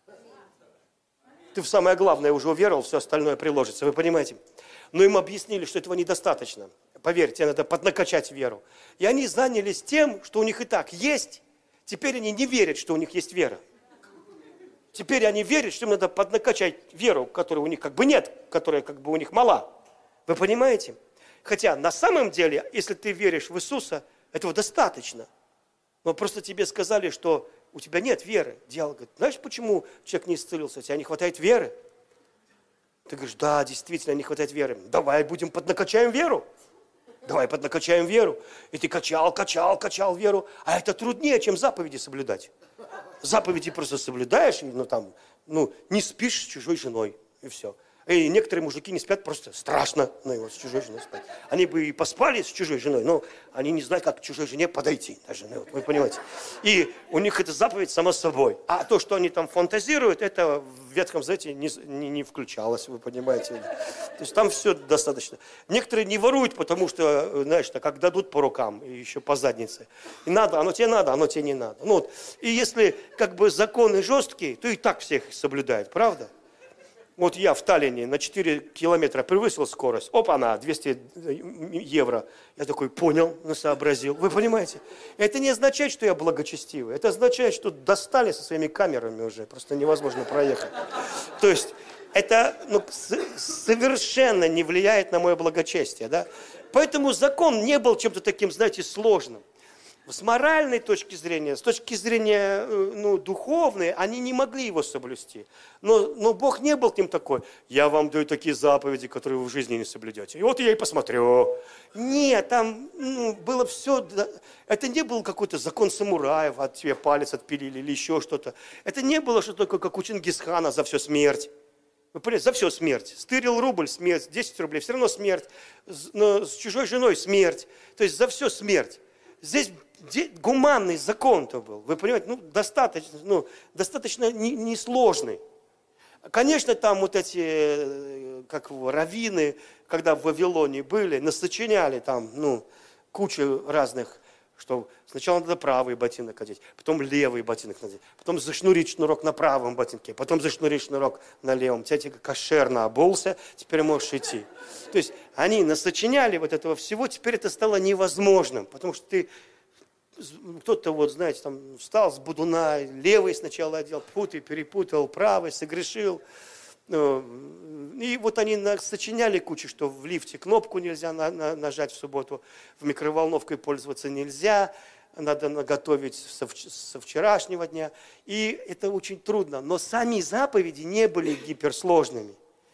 Ты в самое главное уже уверовал, все остальное приложится, вы понимаете? Но им объяснили, что этого недостаточно. Поверьте, надо поднакачать веру. И они занялись тем, что у них и так есть. Теперь они не верят, что у них есть вера. Теперь они верят, что им надо поднакачать веру, которой у них как бы нет, которая как бы у них мала. Вы понимаете? Хотя на самом деле, если ты веришь в Иисуса, этого достаточно. Но просто тебе сказали, что у тебя нет веры. Дьявол говорит, знаешь, почему человек не исцелился? У тебя не хватает веры. Ты говоришь, да, действительно, не хватает веры. Давай будем поднакачаем веру. Давай поднакачаем веру. И ты качал, качал, качал веру. А это труднее, чем заповеди соблюдать. Заповеди просто соблюдаешь, ну там, ну, не спишь с чужой женой, и все. И некоторые мужики не спят, просто страшно, ну, и вот с чужой женой спать. Они бы и поспали с чужой женой, но они не знают, как к чужой жене подойти. Даже, ну, вот, вы понимаете. И у них это заповедь само собой. А то, что они там фантазируют, это в Ветхом Завете не, не, не включалось, вы понимаете. То есть там все достаточно. Некоторые не воруют, потому что, знаешь, так, как дадут по рукам, и еще по заднице. И надо, оно тебе надо, оно тебе не надо. Ну, вот. И если как бы законы жесткие, то и так всех соблюдают, правда? Вот я в Таллине на четыре километра превысил скорость. Опа-на, двести евро. Я такой, понял, сообразил. Вы понимаете? Это не означает, что я благочестивый. Это означает, что достали со своими камерами уже. Просто невозможно проехать. То есть это ну, совершенно не влияет на мое благочестие. Да? Поэтому закон не был чем-то таким, знаете, сложным. С моральной точки зрения, с точки зрения ну, духовной, они не могли его соблюсти. Но, но Бог не был к ним такой: я вам даю такие заповеди, которые вы в жизни не соблюдете. И вот я и посмотрю. Нет, там ну, было все... Это не был какой-то закон самураев, от тебя палец отпилили или еще что-то. Это не было что-то такое, как у Чингисхана, за все смерть. Вы понимаете, за все смерть. Стырил рубль, смерть, десять рублей, все равно смерть. С, но с чужой женой смерть. То есть за все смерть. Здесь гуманный закон-то был, вы понимаете, ну, достаточно, ну, достаточно несложный. Конечно, там вот эти, как его, раввины, когда в Вавилоне были, насочиняли там, ну, кучу разных, что сначала надо правый ботинок одеть, потом левый ботинок надеть, потом зашнурить шнурок на правом ботинке, потом зашнурить шнурок на левом. Тебя тебе кошерно обулся, теперь можешь идти. То есть они насочиняли вот этого всего, теперь это стало невозможным, потому что ты, кто-то вот, знаете, там встал с будуна, левый сначала одел, путай, перепутал, правый, согрешил. И вот они сочиняли кучу, что в лифте кнопку нельзя на, на, нажать в субботу, в микроволновкой пользоваться нельзя, надо наготовить со, со вчерашнего дня. И это очень трудно. Но сами заповеди не были гиперсложными.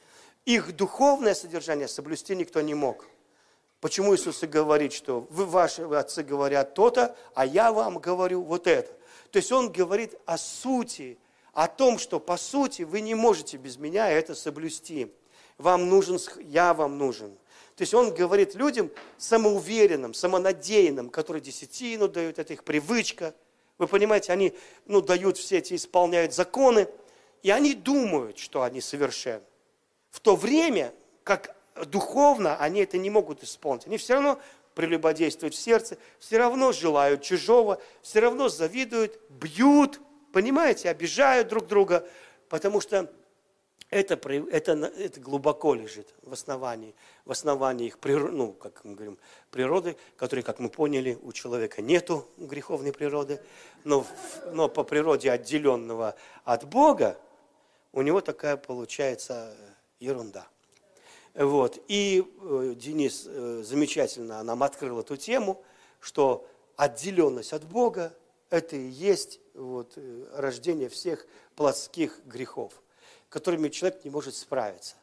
Их духовное содержание соблюсти никто не мог. Почему Иисус и говорит, что вы, ваши отцы говорят то-то, а я вам говорю вот это. То есть Он говорит о сути, о том, что по сути вы не можете без меня это соблюсти. Вам нужен, я вам нужен. То есть Он говорит людям самоуверенным, самонадеянным, которые десятину дают, это их привычка. Вы понимаете, они ну, дают все эти, исполняют законы, и они думают, что они совершенны. В то время, как духовно они это не могут исполнить. Они все равно прелюбодействуют в сердце, все равно желают чужого, все равно завидуют, бьют, понимаете, обижают друг друга, потому что это, это, это глубоко лежит в основании, в основании их, ну, как мы говорим, природы, которой, как мы поняли, у человека нету греховной природы, но, но по природе отделенного от Бога у него такая получается ерунда. Вот. И э, Денис э, замечательно нам открыл эту тему, что отделенность от Бога – это и есть вот, э, рождение всех плотских грехов, которыми человек не может справиться.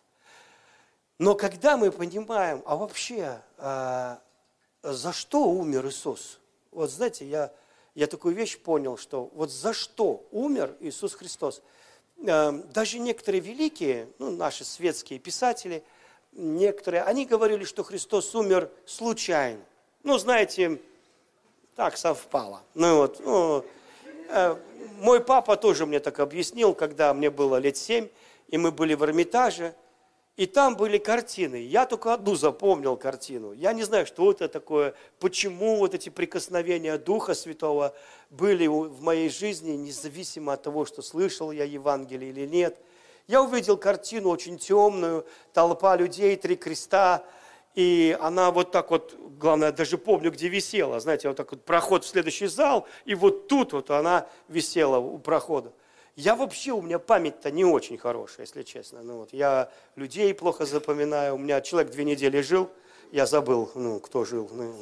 Но когда мы понимаем, а вообще, э, за что умер Иисус? Вот знаете, я, я такую вещь понял, что вот за что умер Иисус Христос? Э, даже некоторые великие, ну, наши светские писатели – некоторые, они говорили, что Христос умер случайно. Ну, знаете, так совпало. Ну, вот, ну, э, мой папа тоже мне так объяснил, когда мне было лет семь, и мы были в Эрмитаже, и там были картины. Я только одну запомнил картину. Я не знаю, что это такое, почему вот эти прикосновения Духа Святого были в моей жизни, независимо от того, что слышал я Евангелие или нет. Я увидел картину очень темную, толпа людей, три креста, и она вот так вот, главное, даже помню, где висела, знаете, вот так вот проход в следующий зал, и вот тут вот она висела у прохода. Я вообще, у меня память-то не очень хорошая, если честно. Ну, вот, я людей плохо запоминаю, у меня человек две недели жил, я забыл, ну, кто жил. Ну,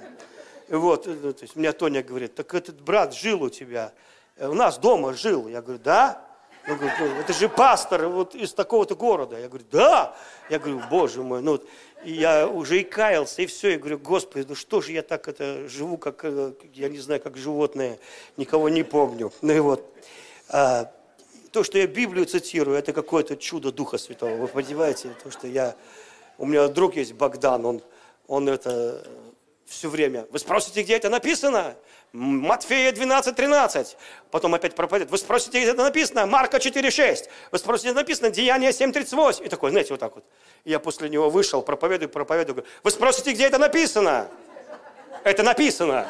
вот, то есть, у меня Тоня говорит, так этот брат жил у тебя, у нас дома жил. Я говорю, да? Он говорит, ну, это же пастор вот из такого-то города. Я говорю, да. Я говорю, боже мой. Ну, и я уже и каялся, и все. Я говорю, Господи, ну что же я так это живу, как, я не знаю, как животное, никого не помню. Ну и вот. А, то, что я Библию цитирую, это какое-то чудо Духа Святого. Вы понимаете? То, что я... У меня друг есть, Богдан, он, он это... все время. Вы спросите, где это написано? Матфея двенадцать тринадцать. Потом опять проповедует. Вы спросите, где это написано? Марка четыре шесть. Вы спросите, где написано? Деяния семь тридцать восемь. И такой, знаете, вот так вот. И я после него вышел, проповедую, проповедую. Говорю, вы спросите, где это написано? Это написано.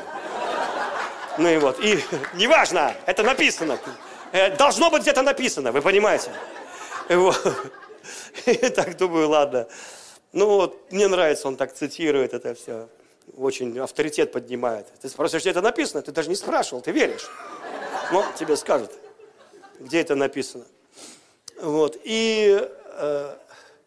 Ну и вот. И неважно, это написано. Должно быть где-то написано, вы понимаете? И вот. И так думаю, ладно. Ну вот, мне нравится, он так цитирует это все. Очень авторитет поднимает. Ты спросишь, где это написано? Ты даже не спрашивал, ты веришь. Ну, тебе скажут, где это написано. Вот. И э,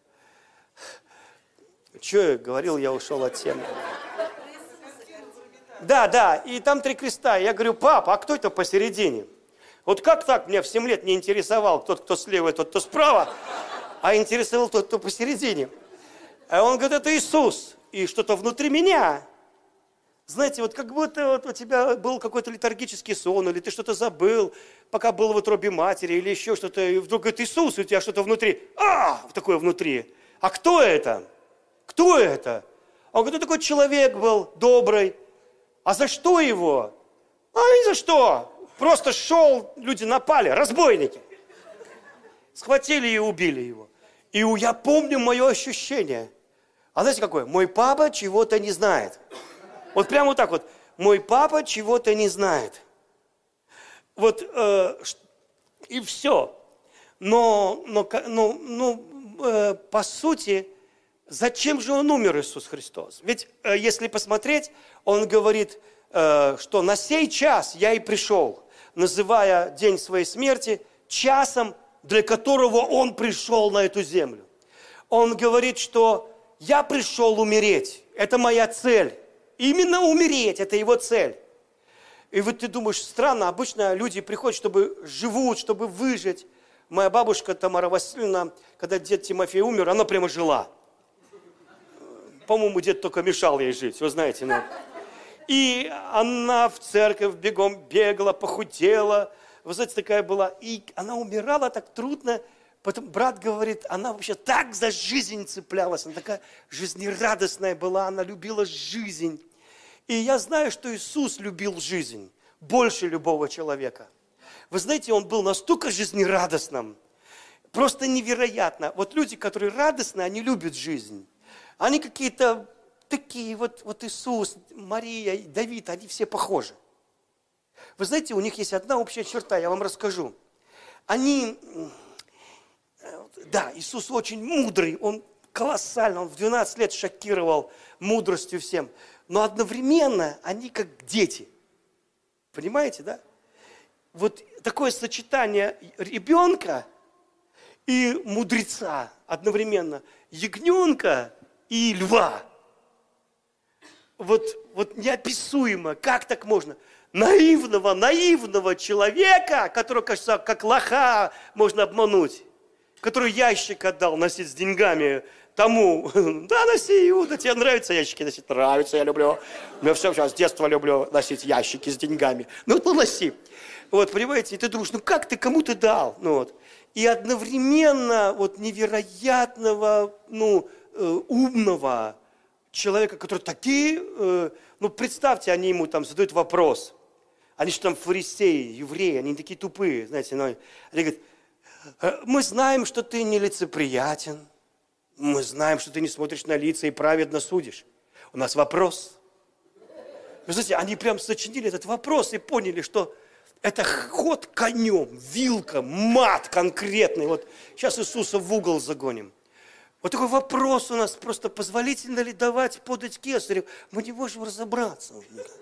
что я говорил, я ушел от темы. Да, да, и там три креста. Я говорю, папа, а кто это посередине? Вот как так меня в семь лет не интересовал тот, кто слева, и тот, кто справа, а интересовал тот, кто посередине. А он говорит, это Иисус. И что-то внутри меня, знаете, вот как будто вот у тебя был какой-то летаргический сон, или ты что-то забыл, пока был в утробе матери, или еще что-то, и вдруг говорит, Иисус, и у тебя что-то внутри. А, такое внутри. А кто это? Кто это? Он говорит, такой человек был добрый. А за что его? А ни за что. Просто шел, люди напали, разбойники. Схватили и убили его. И я помню мое ощущение. А знаете какое? Мой папа чего-то не знает. Вот прямо вот так вот. Мой папа чего-то не знает. Вот, э, и все. Но, но, но, но э, по сути, зачем же он умер, Иисус Христос? Ведь э, если посмотреть, он говорит, э, что на сей час я и пришел, называя день своей смерти часом, для которого он пришел на эту землю. Он говорит, что я пришел умереть, это моя цель. Именно умереть, это его цель. И вот ты думаешь, странно, обычно люди приходят, чтобы живут, чтобы выжить. Моя бабушка Тамара Васильевна, когда дед Тимофей умер, она прямо жила. По-моему, дед только мешал ей жить, вы знаете. Ну. И она в церковь бегом бегала, похудела. Вы знаете, такая была. И она умирала так трудно. Потом брат говорит, она вообще так за жизнь цеплялась. Она такая жизнерадостная была, она любила жизнь. И я знаю, что Иисус любил жизнь больше любого человека. Вы знаете, он был настолько жизнерадостным, просто невероятно. Вот люди, которые радостны, они любят жизнь. Они какие-то такие, вот, вот Иисус, Мария, Давид, они все похожи. Вы знаете, у них есть одна общая черта, я вам расскажу. Они, да, Иисус очень мудрый, он колоссально, он в двенадцать лет шокировал мудростью всем. Но одновременно они как дети. Понимаете, да? Вот такое сочетание ребенка и мудреца одновременно. Ягненка и льва. Вот, вот неописуемо. Как так можно? Наивного, наивного человека, которого, кажется, как лоха можно обмануть, который ящик отдал носить с деньгами тому. Да, носи, Иуда, тебе нравятся ящики носить? Нравится, я люблю. Я все, сейчас с детства люблю носить ящики с деньгами. Ну вот поноси. Вот, понимаете, и ты думаешь, ну как ты, кому ты дал? Ну вот. И одновременно вот невероятного, ну, э, умного человека, который такие, э, ну представьте, они ему там задают вопрос. Они же там фарисеи, евреи, они такие тупые, знаете. Ну, они говорят, мы знаем, что ты нелицеприятен. Мы знаем, что ты не смотришь на лица и праведно судишь. У нас вопрос. Вы знаете, они прям сочинили этот вопрос и поняли, что это ход конем, вилка, мат конкретный. Вот сейчас Иисуса в угол загоним. Вот такой вопрос у нас, просто позволительно ли давать подать кесарю? Мы не можем разобраться.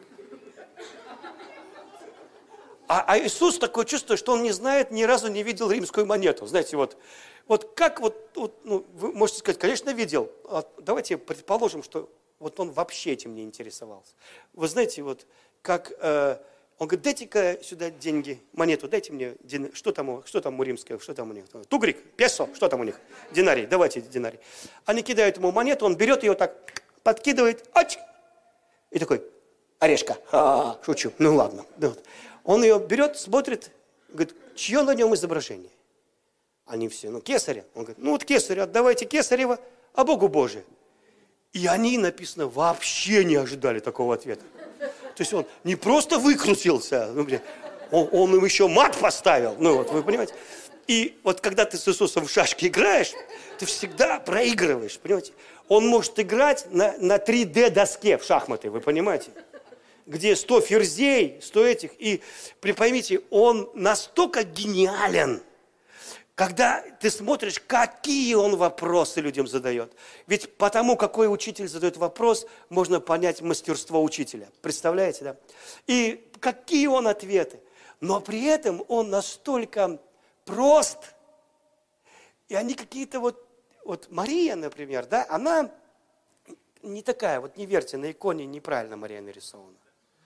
А, а Иисус такое чувство, что он не знает, ни разу не видел римскую монету. Знаете, вот, вот как вот, вот ну, вы можете сказать, конечно, видел. А давайте предположим, что вот он вообще этим не интересовался. Вы знаете, вот как э, он говорит, дайте-ка сюда деньги, монету, дайте мне, дин... что, там, что там у римских, что там у них? Тугрик, песо, что там у них? Динарий, давайте динарий. Они кидают ему монету, он берет ее так, подкидывает, ач, и такой, орешка, ха-ха, шучу, ну ладно. Вот. Он ее берет, смотрит, говорит, чье на нем изображение? Они все, ну, кесаря. Он говорит, ну вот кесаря, отдавайте кесарева, а Богу Божие. И они, написано, вообще не ожидали такого ответа. То есть он не просто выкрутился, ну, он, он им еще мат поставил. Ну вот, вы понимаете? И вот когда ты с Иисусом в шашки играешь, ты всегда проигрываешь, понимаете? Он может играть на, на три дэ доске в шахматы, вы понимаете? Где сто ферзей, сто этих. И поймите, он настолько гениален, когда ты смотришь, какие он вопросы людям задает. Ведь потому, какой учитель задает вопрос, можно понять мастерство учителя. Представляете, да? И какие он ответы. Но при этом он настолько прост. И они какие-то вот... Вот Мария, например, да, она не такая, вот не верьте, на иконе неправильно Мария нарисована.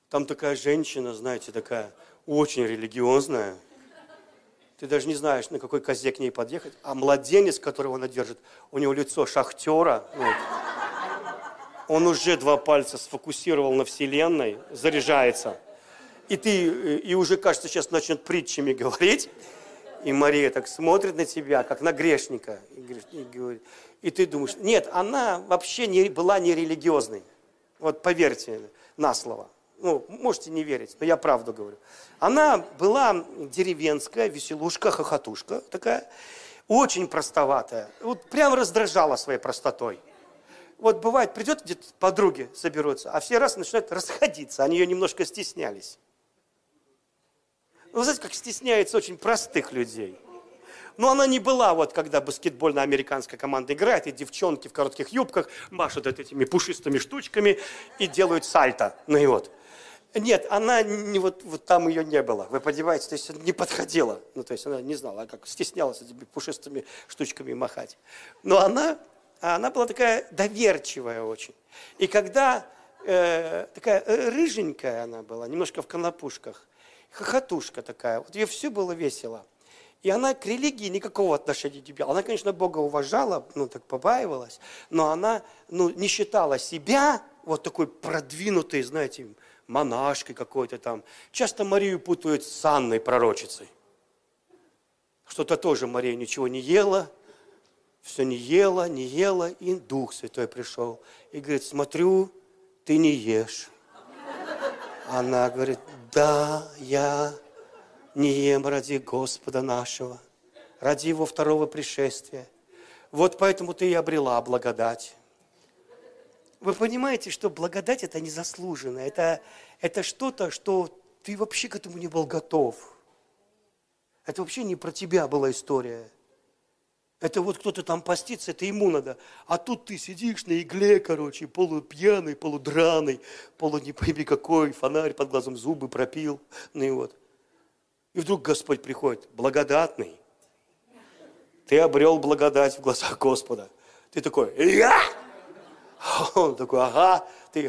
Там такая женщина, знаете, такая очень религиозная. Ты даже не знаешь, на какой козе к ней подъехать. А младенец, которого она держит, у него лицо шахтера. Вот. Он уже два пальца сфокусировал на Вселенной, заряжается. И ты, и уже, кажется, сейчас начнет притчами говорить. И Мария так смотрит на тебя, как на грешника. И, говорит, и ты думаешь, нет, она вообще не, была не религиозной. Вот поверьте на слово. Ну, можете не верить, но я правду говорю. Она была деревенская, веселушка, хохотушка такая, очень простоватая. Вот прям раздражала своей простотой. Вот бывает, придет где-то подруги соберутся, а все раз начинают расходиться, они ее немножко стеснялись. Вы знаете, как стесняется очень простых людей. Но она не была, вот когда баскетбольная американская команда играет, и девчонки в коротких юбках машут этими пушистыми штучками и делают сальто. Ну и вот. Нет, она не, вот, вот там ее не было, вы понимаете, то есть не подходила. Ну, то есть она не знала, как стеснялась этими пушистыми штучками махать. Но она, она была такая доверчивая очень. И когда э, такая рыженькая она была, немножко в конопушках, хохотушка такая, вот ей все было весело. И она к религии никакого отношения не имела. Она, конечно, Бога уважала, ну, так побаивалась, но она, ну, не считала себя вот такой продвинутой, знаете, монашкой какой-то там. Часто Марию путают с Анной пророчицей. Что-то тоже Мария ничего не ела, все не ела, не ела, и Дух Святой пришел. И говорит, смотрю, ты не ешь. Она говорит, да, я не ем ради Господа нашего, ради Его второго пришествия. Вот поэтому ты и обрела благодать. Вы понимаете, что благодать это незаслуженно, это, это что-то, что ты вообще к этому не был готов. Это вообще не про тебя была история. Это вот кто-то там постится, это ему надо. А тут ты сидишь на игле, короче, полупьяный, полудраный, полу не пойми какой, фонарь под глазом, зубы пропил. Ну и вот. И вдруг Господь приходит, благодатный. Ты обрел благодать в глазах Господа. Ты такой, я! Он такой, ага, ты,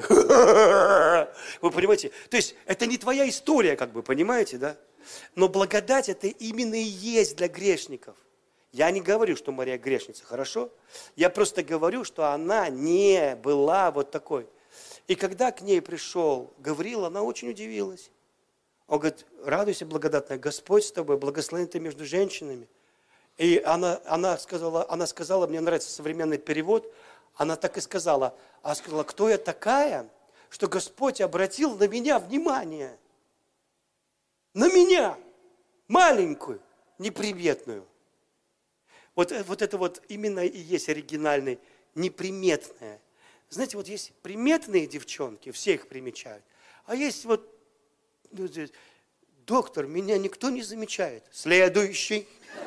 вы понимаете? То есть это не твоя история, как бы, понимаете, да? Но благодать это именно и есть для грешников. Я не говорю, что Мария грешница, хорошо? Я просто говорю, что она не была вот такой. И когда к ней пришел Гавриил, она очень удивилась. Он говорит, радуйся, благодатная, Господь с тобой, благословен ты между женщинами. И она, она, сказала, она сказала, мне нравится современный перевод, она так и сказала, она сказала, кто я такая, что Господь обратил на меня внимание. На меня, маленькую, неприметную. Вот, вот это вот именно и есть оригинальный, неприметное. Знаете, вот есть приметные девчонки, все их примечают, а есть вот, доктор, меня никто не замечает. Следующий.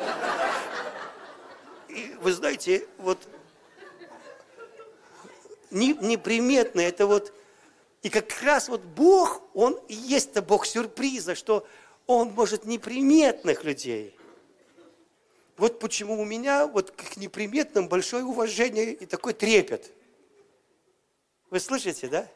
И вы знаете, вот неприметное, это вот, и как раз вот Бог, Он и есть-то Бог сюрприза, что Он может неприметных людей. Вот почему у меня вот к неприметным большое уважение и такой трепет. Вы слышите, да?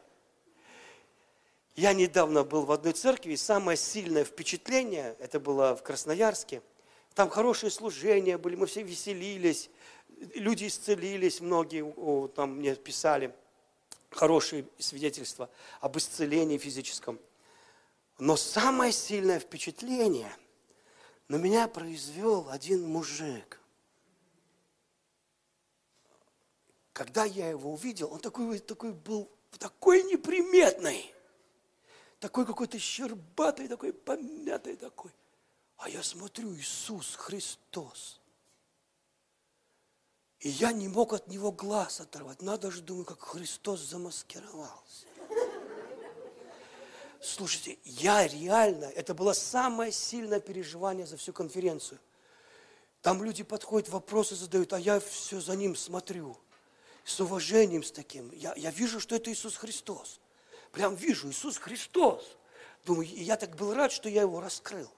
Я недавно был в одной церкви, и самое сильное впечатление, это было в Красноярске, там хорошие служения были, мы все веселились, люди исцелились, многие о, там мне писали хорошие свидетельства об исцелении физическом. Но самое сильное впечатление на меня произвел один мужик. Когда я его увидел, он такой, такой был, такой неприметный, такой какой-то щербатый, такой помятый такой. А я смотрю, Иисус Христос. И я не мог от него глаз оторвать. Надо же, думаю, как Христос замаскировался. Слушайте, я реально, это было самое сильное переживание за всю конференцию. Там люди подходят, вопросы задают, а я все за ним смотрю. С уважением с таким. Я, я вижу, что это Иисус Христос. Прям вижу, Иисус Христос. Думаю, и я так был рад, что я его раскрыл.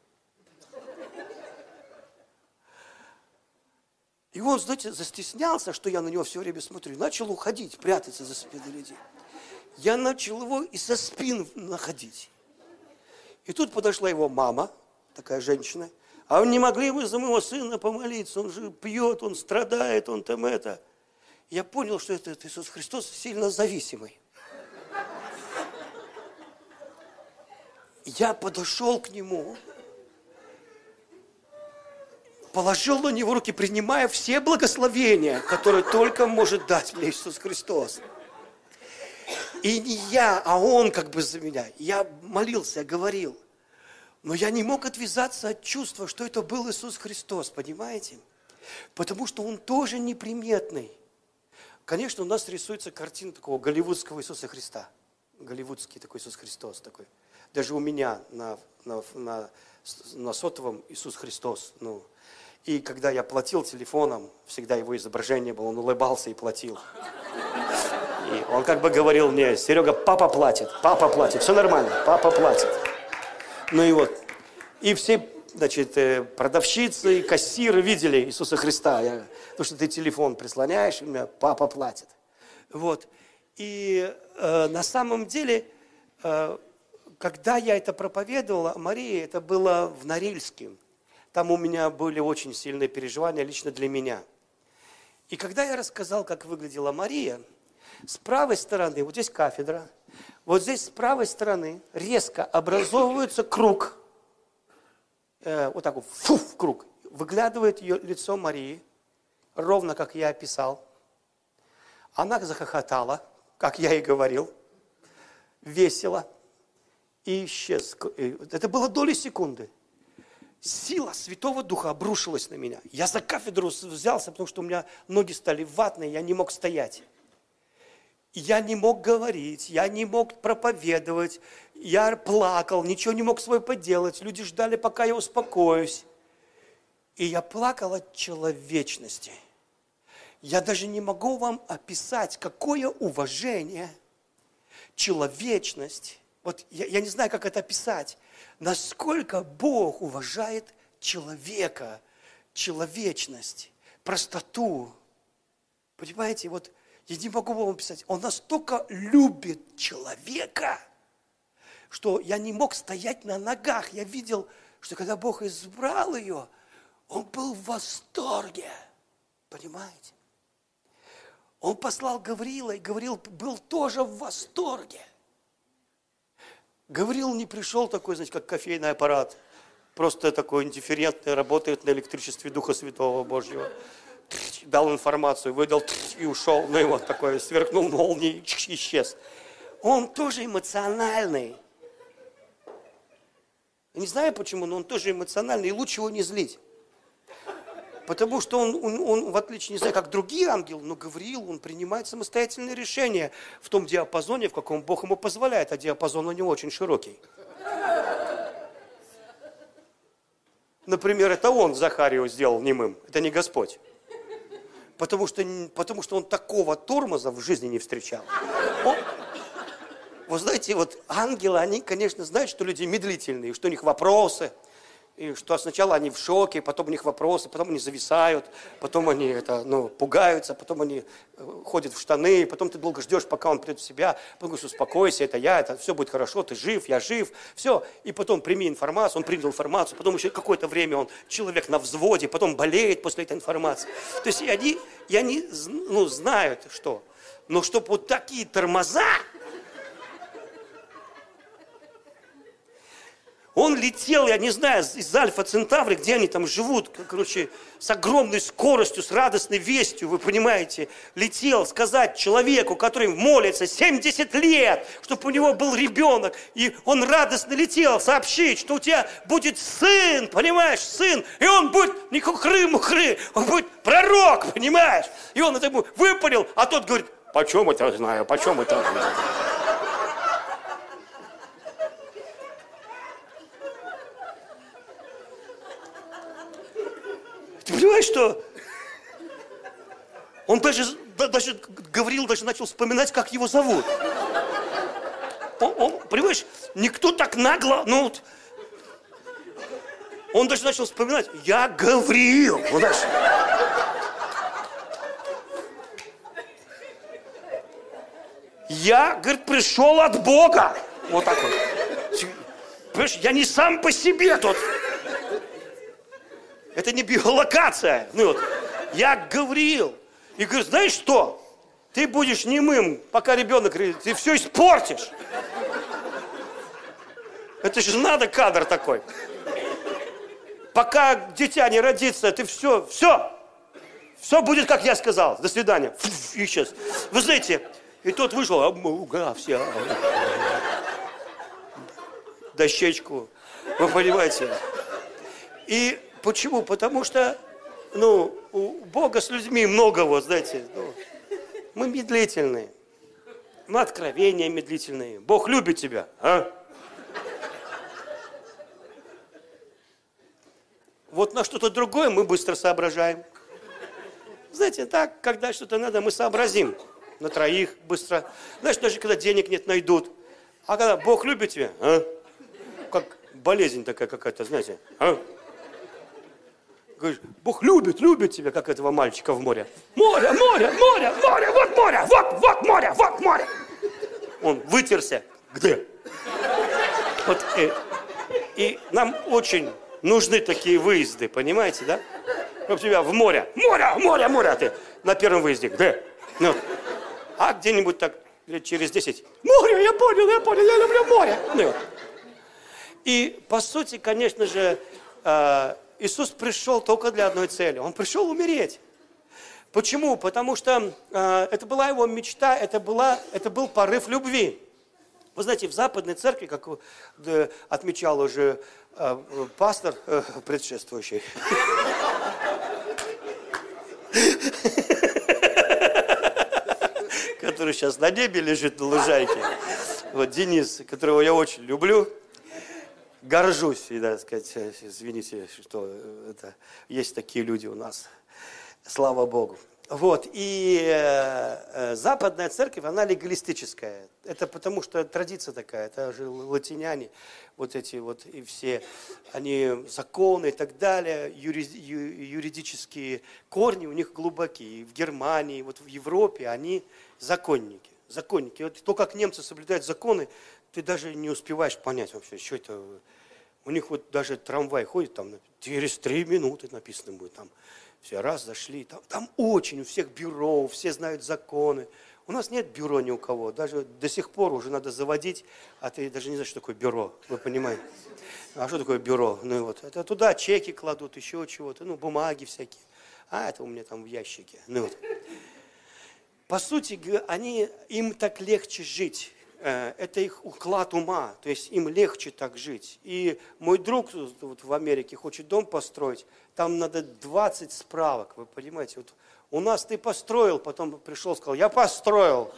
И он, знаете, застеснялся, что я на него все время смотрю, начал уходить, прятаться за спиной людей. Я начал его из-за спин находить. И тут подошла его мама, такая женщина. А вы не могли бы за моего сына помолиться? Он же пьет, он страдает, он там это. Я понял, что этот Иисус Христос сильно зависимый. Я подошел к нему, положил на него руки, принимая все благословения, которые только может дать мне Иисус Христос. И не я, а Он как бы за меня. Я молился, говорил. Но я не мог отвязаться от чувства, что это был Иисус Христос, понимаете? Потому что Он тоже неприметный. Конечно, у нас рисуется картина такого голливудского Иисуса Христа. Голливудский такой Иисус Христос такой. Даже у меня на, на, на, на сотовом Иисус Христос. Ну. И когда я платил телефоном, всегда его изображение было, он улыбался и платил. И он как бы говорил мне: Серега, папа платит, папа платит, все нормально, папа платит. Ну и вот, и все, значит, продавщицы и кассиры видели Иисуса Христа. Я, потому что ты телефон прислоняешь, и у меня папа платит. Вот. И э, на самом деле, э, когда я это проповедовала, Марии, это было в Норильске. Там у меня были очень сильные переживания лично для меня. И когда я рассказал, как выглядела Мария, с правой стороны, вот здесь кафедра, вот здесь с правой стороны резко образовывается круг. Э, вот так вот, фуф, круг. Выглядывает ее лицо Марии, ровно как я описал. Она захохотала, как я и говорил, весело, и исчез. Это было доли секунды. Сила Святого Духа обрушилась на меня. Я за кафедру взялся, потому что у меня ноги стали ватные, я не мог стоять. Я не мог говорить, я не мог проповедовать, я плакал, ничего не мог свой поделать. Люди ждали, пока я успокоюсь. И я плакал от человечности. Я даже не могу вам описать, какое уважение, человечность. Вот я, я не знаю, как это описать. Насколько Бог уважает человека, человечность, простоту. Понимаете, вот я не могу вам описать. Он настолько любит человека, что я не мог стоять на ногах. Я видел, что когда Бог избрал ее, Он был в восторге. Понимаете? Он послал Гавриила, и Гавриил был тоже в восторге. Гавриил не пришел такой, знаете, как кофейный аппарат, просто такой индифферентный, работает на электричестве Духа Святого Божьего. Дал информацию, выдал и ушел. Ну и вот такой, сверкнул молнией, исчез. Он тоже эмоциональный. Я не знаю почему, но он тоже эмоциональный, и лучше его не злить. Потому что он, он, он, в отличие, не знаю, как другие ангелы, но Гавриил, он принимает самостоятельные решения в том диапазоне, в каком Бог ему позволяет, а диапазон у него очень широкий. Например, это он Захарию сделал немым, это не Господь. Потому что, потому что он такого тормоза в жизни не встречал. Он, вы знаете, вот ангелы, они, конечно, знают, что люди медлительные, что у них вопросы. И что сначала они в шоке, потом у них вопросы, потом они зависают, потом они это, ну, пугаются, потом они ходят в штаны, потом ты долго ждешь, пока он придет в себя, потом говоришь: успокойся, это я, это все будет хорошо, ты жив, я жив, все. И потом прими информацию, он принял информацию, потом еще какое-то время он человек на взводе, потом болеет после этой информации. То есть и они, и они ну, знают, что. Но чтобы вот такие тормоза, он летел, я не знаю, из Альфа Центаври, где они там живут, короче, с огромной скоростью, с радостной вестью, вы понимаете, летел сказать человеку, который молится семьдесят лет, чтобы у него был ребенок, и он радостно летел сообщить, что у тебя будет сын, понимаешь, сын, и он будет не хухры-мухры, он будет пророк, понимаешь, и он это ему выпалил, а тот говорит: почем это знаю, почем это знаю. Ты понимаешь, что он даже, даже Гавриил даже начал вспоминать, как его зовут. Он, он, понимаешь, никто так нагло, ну вот, он даже начал вспоминать: я Гавриил. Вот, знаешь. я, говорит, пришел от Бога. Вот так вот. Понимаешь, я не сам по себе тут. Это не биолокация. Ну, вот. Я говорил. И говорю, знаешь что? Ты будешь немым, пока ребенок, ты все испортишь. Это же надо кадр такой. Пока дитя не родится, ты все, все. Все будет, как я сказал. До свидания. И сейчас. Вы знаете, и тот вышел, а, все. Дощечку. Вы понимаете? И почему? Потому что, ну, у Бога с людьми много, вот, знаете, ну, мы медлительные. Мы откровения медлительные. Бог любит тебя, а? Вот на что-то другое мы быстро соображаем. Знаете, так, когда что-то надо, мы сообразим. На троих быстро. Знаешь, даже когда денег нет, найдут. А когда Бог любит тебя, а? Как болезнь такая какая-то, знаете, а? Говоришь, Бог любит, любит тебя, как этого мальчика в море. Море, море, море, море, вот море, вот, вот море, вот море. Он вытерся. Где? Вот, и, и нам очень нужны такие выезды, понимаете, да? Как тебя в море. Море, море, море, а ты на первом выезде. Где? Ну, а где-нибудь так лет через десять. Море, я понял, я понял, я люблю море. Ну, и по сути, конечно же, Иисус пришел только для одной цели. Он пришел умереть. Почему? Потому что э, это была его мечта, это, была, это был порыв любви. Вы знаете, в Западной Церкви, как э, отмечал уже э, пастор э, предшествующий, который сейчас на небе лежит на лужайке, вот Денис, которого я очень люблю, горжусь всегда, сказать, извините, что это, есть такие люди у нас, слава Богу. Вот, и э, Западная Церковь, она легалистическая. Это потому что традиция такая, это же латиняне, вот эти вот и все, они законы и так далее, юри, ю, юридические корни у них глубокие. И в Германии, вот в Европе они законники. Законники. Вот то, как немцы соблюдают законы, ты даже не успеваешь понять вообще, что это. У них вот даже трамвай ходит, там через три минуты написано будет, там все раз зашли, там, там очень у всех бюро, все знают законы. У нас нет бюро ни у кого, даже до сих пор уже надо заводить, а ты даже не знаешь, что такое бюро, вы понимаете. А что такое бюро? Ну вот, это туда чеки кладут, еще чего-то, ну бумаги всякие. А это у меня там в ящике. Ну вот. По сути, они, им так легче жить. Это их уклад ума, то есть им легче так жить. И мой друг вот в Америке хочет дом построить, там надо двадцать справок, вы понимаете. Вот у нас ты построил, потом пришел, сказал, я построил.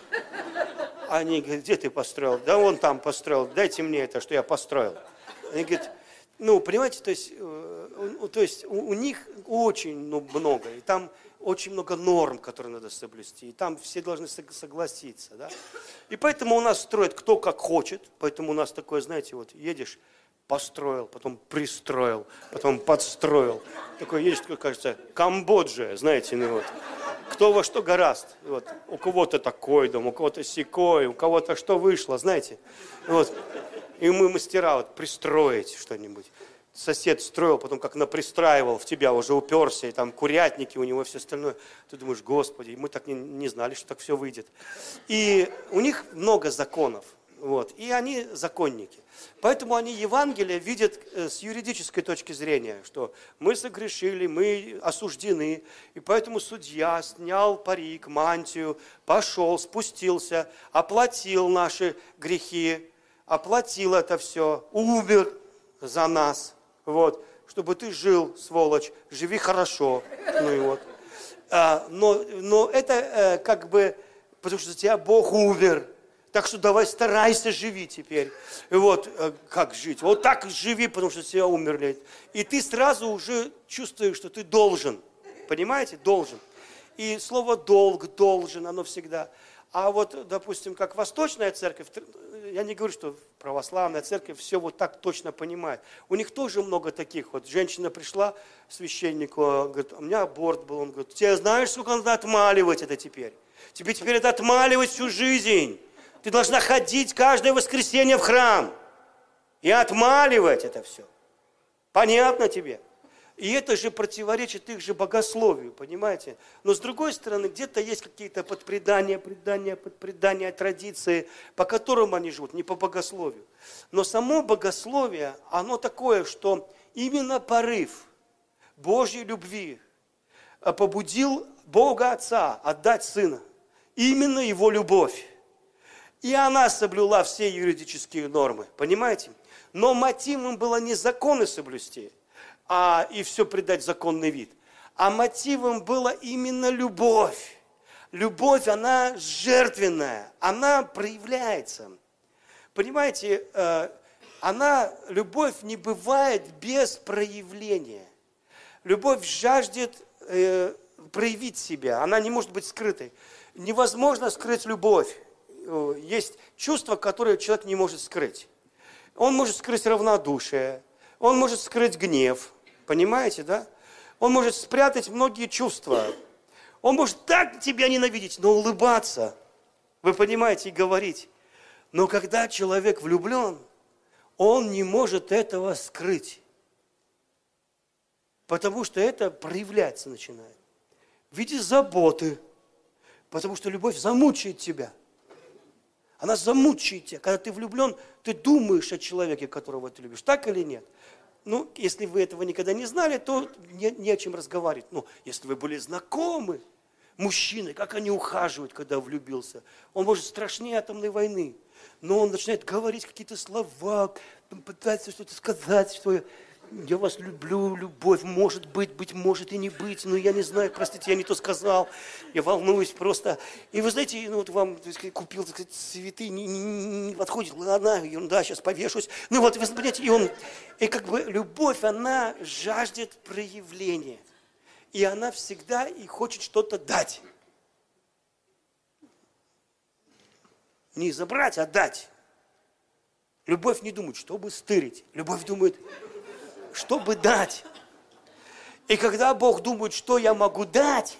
Они говорят, где ты построил? Да вон там построил, дайте мне это, что я построил. Они говорят, ну, понимаете, то есть, э, то есть у, у них очень ну, много, и там очень много норм, которые надо соблюсти, и там все должны согласиться, да. И поэтому у нас строят кто как хочет, поэтому у нас такое, знаете, вот едешь, построил, потом пристроил, потом подстроил. Такой едешь, такой, кажется, Камбоджа, знаете, ну вот. Кто во что горазд. Вот. У кого-то такой дом, у кого-то сякой, у кого-то что вышло, знаете. Вот. И мы мастера вот пристроить что-нибудь. Сосед строил, потом как напристраивал в тебя, уже уперся, и там курятники у него, все остальное. Ты думаешь, Господи, мы так не, не знали, что так все выйдет. И у них много законов, вот, и они законники. Поэтому они Евангелие видят с юридической точки зрения, что мы согрешили, мы осуждены, и поэтому судья снял парик, мантию, пошел, спустился, оплатил наши грехи, оплатил это все, умер за нас. Вот, чтобы ты жил, сволочь, живи хорошо. Ну и вот. А, но, но это а, как бы, потому что за тебя Бог умер. Так что давай старайся, живи теперь. И вот, а, как жить? Вот так живи, потому что тебя умерли. И ты сразу уже чувствуешь, что ты должен. Понимаете? Должен. И слово долг, должен, оно всегда. А вот, допустим, как Восточная Церковь, я не говорю, что православная церковь все вот так точно понимает. У них тоже много таких. Вот женщина пришла к священнику, говорит, у меня аборт был. Он говорит, тебе знаешь, сколько надо отмаливать это теперь? Тебе теперь это отмаливать всю жизнь. Ты должна ходить каждое воскресенье в храм и отмаливать это все. Понятно тебе? И это же противоречит их же богословию, понимаете? Но с другой стороны, где-то есть какие-то подпредания, предания, подпредания, традиции, по которым они живут, не по богословию. Но само богословие, оно такое, что именно порыв Божьей любви побудил Бога Отца отдать Сына. Именно Его любовь. И она соблюла все юридические нормы, понимаете? Но мотивом было не законы соблюсти, а и все придать законный вид. А мотивом была именно любовь. Любовь, она жертвенная, она проявляется. Понимаете, она, любовь не бывает без проявления. Любовь жаждет проявить себя, она не может быть скрытой. Невозможно скрыть любовь. Есть чувства, которые человек не может скрыть. Он может скрыть равнодушие, он может скрыть гнев, понимаете, да? Он может спрятать многие чувства. Он может так тебя ненавидеть, но улыбаться, вы понимаете, и говорить. Но когда человек влюблен, он не может этого скрыть. Потому что это проявляться начинает. В виде заботы. Потому что любовь замучает тебя. Она замучает тебя. Когда ты влюблен, ты думаешь о человеке, которого ты любишь. Так или нет? Ну, если вы этого никогда не знали, то не, не о чем разговаривать. Ну, если вы были знакомы, мужчины, как они ухаживают, когда влюбился. Он может страшнее атомной войны. Но он начинает говорить какие-то слова, пытается что-то сказать, что я вас люблю, любовь, может быть, быть может и не быть, но я не знаю, простите, я не то сказал, я волнуюсь просто. И вы знаете, ну вот вам, так сказать, купил, так сказать, цветы, не, не, не подходит, ладно, ерунда, сейчас повешусь. Ну вот, вы понимаете, и он, и как бы любовь, она жаждет проявления. И она всегда и хочет что-то дать. Не забрать, а дать. Любовь не думает, чтобы стырить. Любовь думает, чтобы дать. И когда Бог думает, что я могу дать,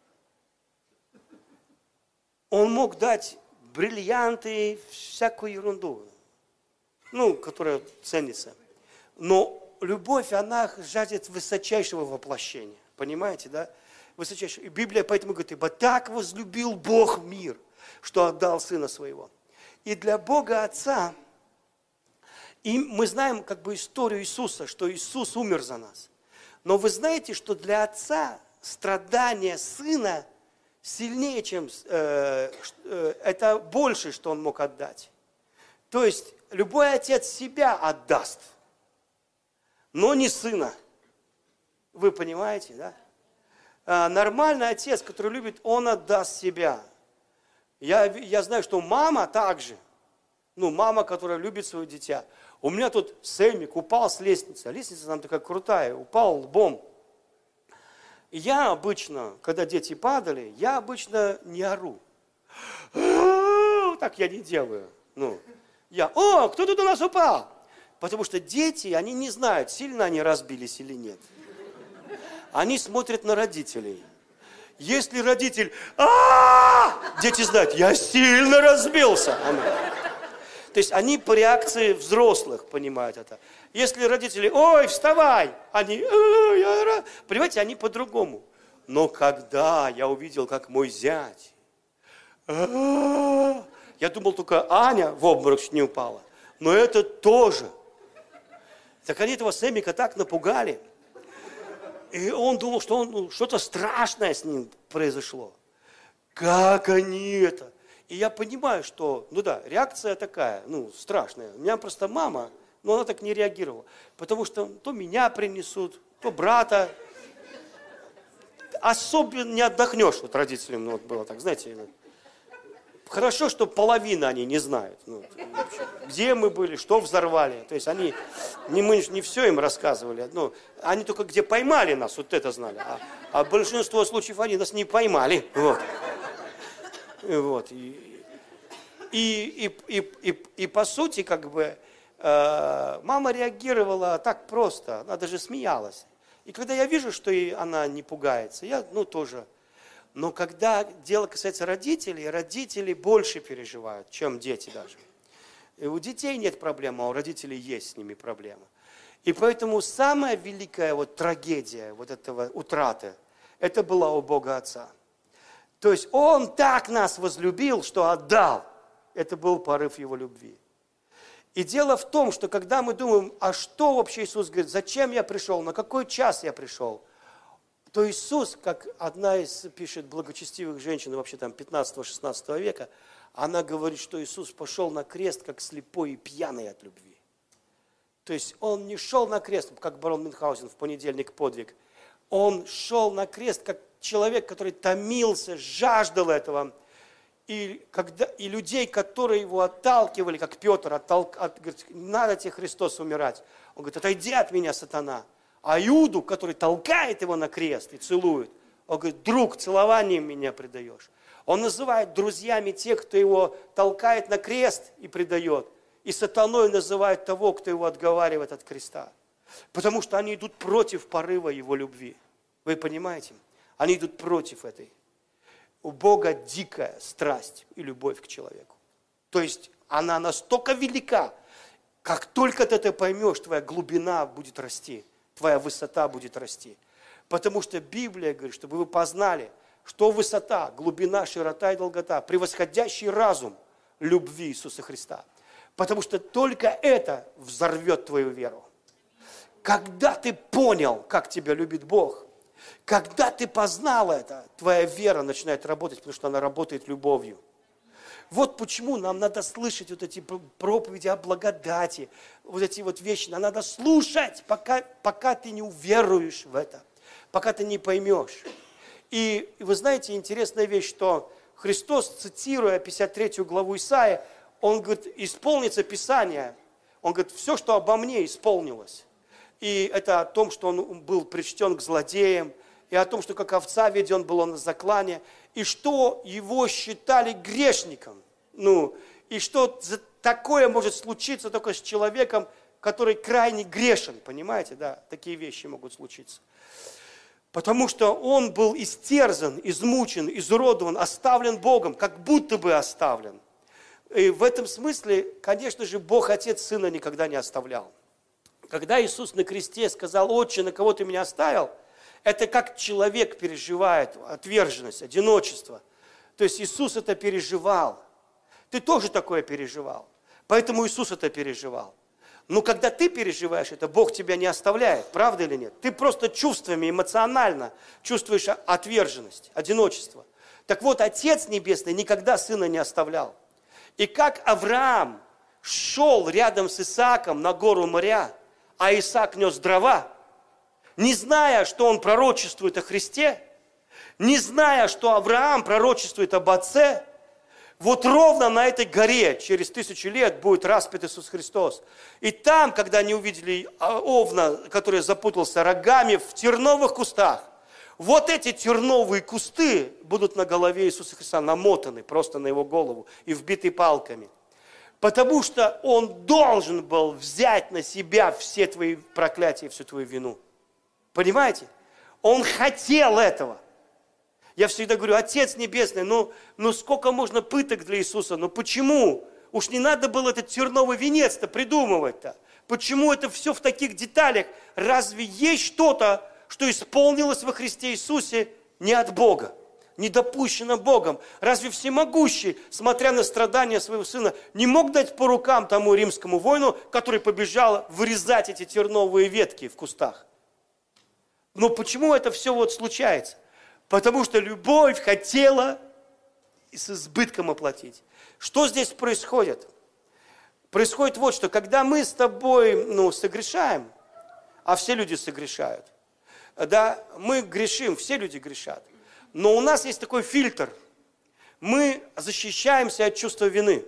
Он мог дать бриллианты, всякую ерунду, ну, которая ценится. Но любовь, она жаждет высочайшего воплощения. Понимаете, да? Высочайшего. И Библия поэтому говорит, ибо так возлюбил Бог мир, что отдал Сына Своего. И для Бога Отца, и мы знаем как бы историю Иисуса, что Иисус умер за нас. Но вы знаете, что для Отца страдания Сына сильнее, чем э, э, это больше, что Он мог отдать. То есть любой отец себя отдаст, но не Сына. Вы понимаете, да? А, нормальный отец, который любит, он отдаст себя. Я, я знаю, что мама также, ну, мама, которая любит свое дитя. У меня тут Сэмик упал с лестницы, а лестница там такая крутая, упал лбом. И я обычно, когда дети падали, я обычно не ору. Так я не делаю. Ну, я, о, кто тут у нас упал? Потому что дети, они не знают, сильно они разбились или нет. Они смотрят на родителей. Если родитель, а дети знают, я сильно разбился. То есть они по реакции взрослых понимают это. Если родители, ой, вставай, они, понимаете, они по-другому. Но когда я увидел, как мой зять, я думал, только Аня в обморок не упала. Но это тоже. Так они этого Сэмика так напугали. И он думал, что он, ну, что-то страшное с ним произошло. Как они это? И я понимаю, что, ну да, реакция такая, ну, страшная. У меня просто мама, но она так не реагировала. Потому что то меня принесут, то брата. Особенно не отдохнешь, вот родителям, ну, вот было так, знаете. Хорошо, что половина они не знают. Ну, где мы были, что взорвали. То есть они, не, мы не все им рассказывали. Ну, они только где поймали нас, вот это знали. А, а большинство случаев они нас не поймали. Вот. И, вот. И, и, и, и, и, и по сути, как бы, э, мама реагировала так просто. Она даже смеялась. И когда я вижу, что и она не пугается, я, ну, тоже. Но когда дело касается родителей, родители больше переживают, чем дети даже. И у детей нет проблем, а у родителей есть с ними проблемы. И поэтому самая великая вот трагедия вот этого утраты, это была у Бога Отца. То есть Он так нас возлюбил, что отдал. Это был порыв Его любви. И дело в том, что когда мы думаем, а что вообще Иисус говорит, зачем я пришел, на какой час я пришел, то Иисус, как одна из, пишет, благочестивых женщин, вообще там пятнадцатого-шестнадцатого века, она говорит, что Иисус пошел на крест, как слепой и пьяный от любви. То есть Он не шел на крест, как барон Мюнхгаузен в понедельник подвиг. Он шел на крест, как человек, который томился, жаждал этого. И, когда, и людей, которые его отталкивали, как Петр, оттолк, от, говорит, не надо тебе, Христос, умирать. Он говорит, отойди от меня, сатана. А Иуду, который толкает его на крест и целует, он говорит, друг, целованием меня предаешь. Он называет друзьями тех, кто его толкает на крест и предает. И сатаной называет того, кто его отговаривает от креста. Потому что они идут против порыва его любви. Вы понимаете? Они идут против этой. У Бога дикая страсть и любовь к человеку. То есть она настолько велика, как только ты это поймешь, твоя глубина будет расти, твоя высота будет расти. Потому что Библия говорит, чтобы вы познали, что высота, глубина, широта и долгота, превосходящий разум любви Иисуса Христа. Потому что только это взорвет твою веру. Когда ты понял, как тебя любит Бог, когда ты познал это, твоя вера начинает работать, потому что она работает любовью. Вот почему нам надо слышать вот эти проповеди о благодати, вот эти вот вещи. Нам надо слушать, пока, пока ты не уверуешь в это, пока ты не поймешь. И вы знаете, интересная вещь, что Христос, цитируя пятьдесят третью главу Исаии, Он говорит, исполнится Писание. Он говорит, все, что обо мне, исполнилось. И это о том, что он был причтен к злодеям, и о том, что как овца веден был он на заклане, и что его считали грешником. Ну, и что такое может случиться только с человеком, который крайне грешен, понимаете, да, такие вещи могут случиться. Потому что он был истерзан, измучен, изуродован, оставлен Богом, как будто бы оставлен. И в этом смысле, конечно же, Бог Отец Сына никогда не оставлял. Когда Иисус на кресте сказал, Отче, на кого ты меня оставил, это как человек переживает отверженность, одиночество. То есть Иисус это переживал. Ты тоже такое переживал. Поэтому Иисус это переживал. Но когда ты переживаешь это, Бог тебя не оставляет, правда или нет? Ты просто чувствами, эмоционально чувствуешь отверженность, одиночество. Так вот, Отец Небесный никогда Сына не оставлял. И как Авраам шел рядом с Исааком на гору Моря, а Исаак нес дрова, не зная, что он пророчествует о Христе, не зная, что Авраам пророчествует об Отце, вот ровно на этой горе через тысячу лет будет распят Иисус Христос. И там, когда они увидели овна, который запутался рогами в терновых кустах, вот эти терновые кусты будут на голове Иисуса Христа намотаны просто на его голову и вбиты палками. Потому что он должен был взять на себя все твои проклятия, всю твою вину. Понимаете? Он хотел этого. Я всегда говорю, Отец Небесный, ну, ну сколько можно пыток для Иисуса, ну почему? Уж не надо было этот терновый венец-то придумывать-то. Почему это все в таких деталях? Разве есть что-то, что исполнилось во Христе Иисусе не от Бога? Не допущено Богом. Разве всемогущий, смотря на страдания своего сына, не мог дать по рукам тому римскому воину, который побежал вырезать эти терновые ветки в кустах? Но почему это все вот случается? Потому что любовь хотела с избытком оплатить. Что здесь происходит? Происходит вот что, когда мы с тобой ну, согрешаем, а все люди согрешают, да, мы грешим, все люди грешат. Но у нас есть такой фильтр. Мы защищаемся от чувства вины.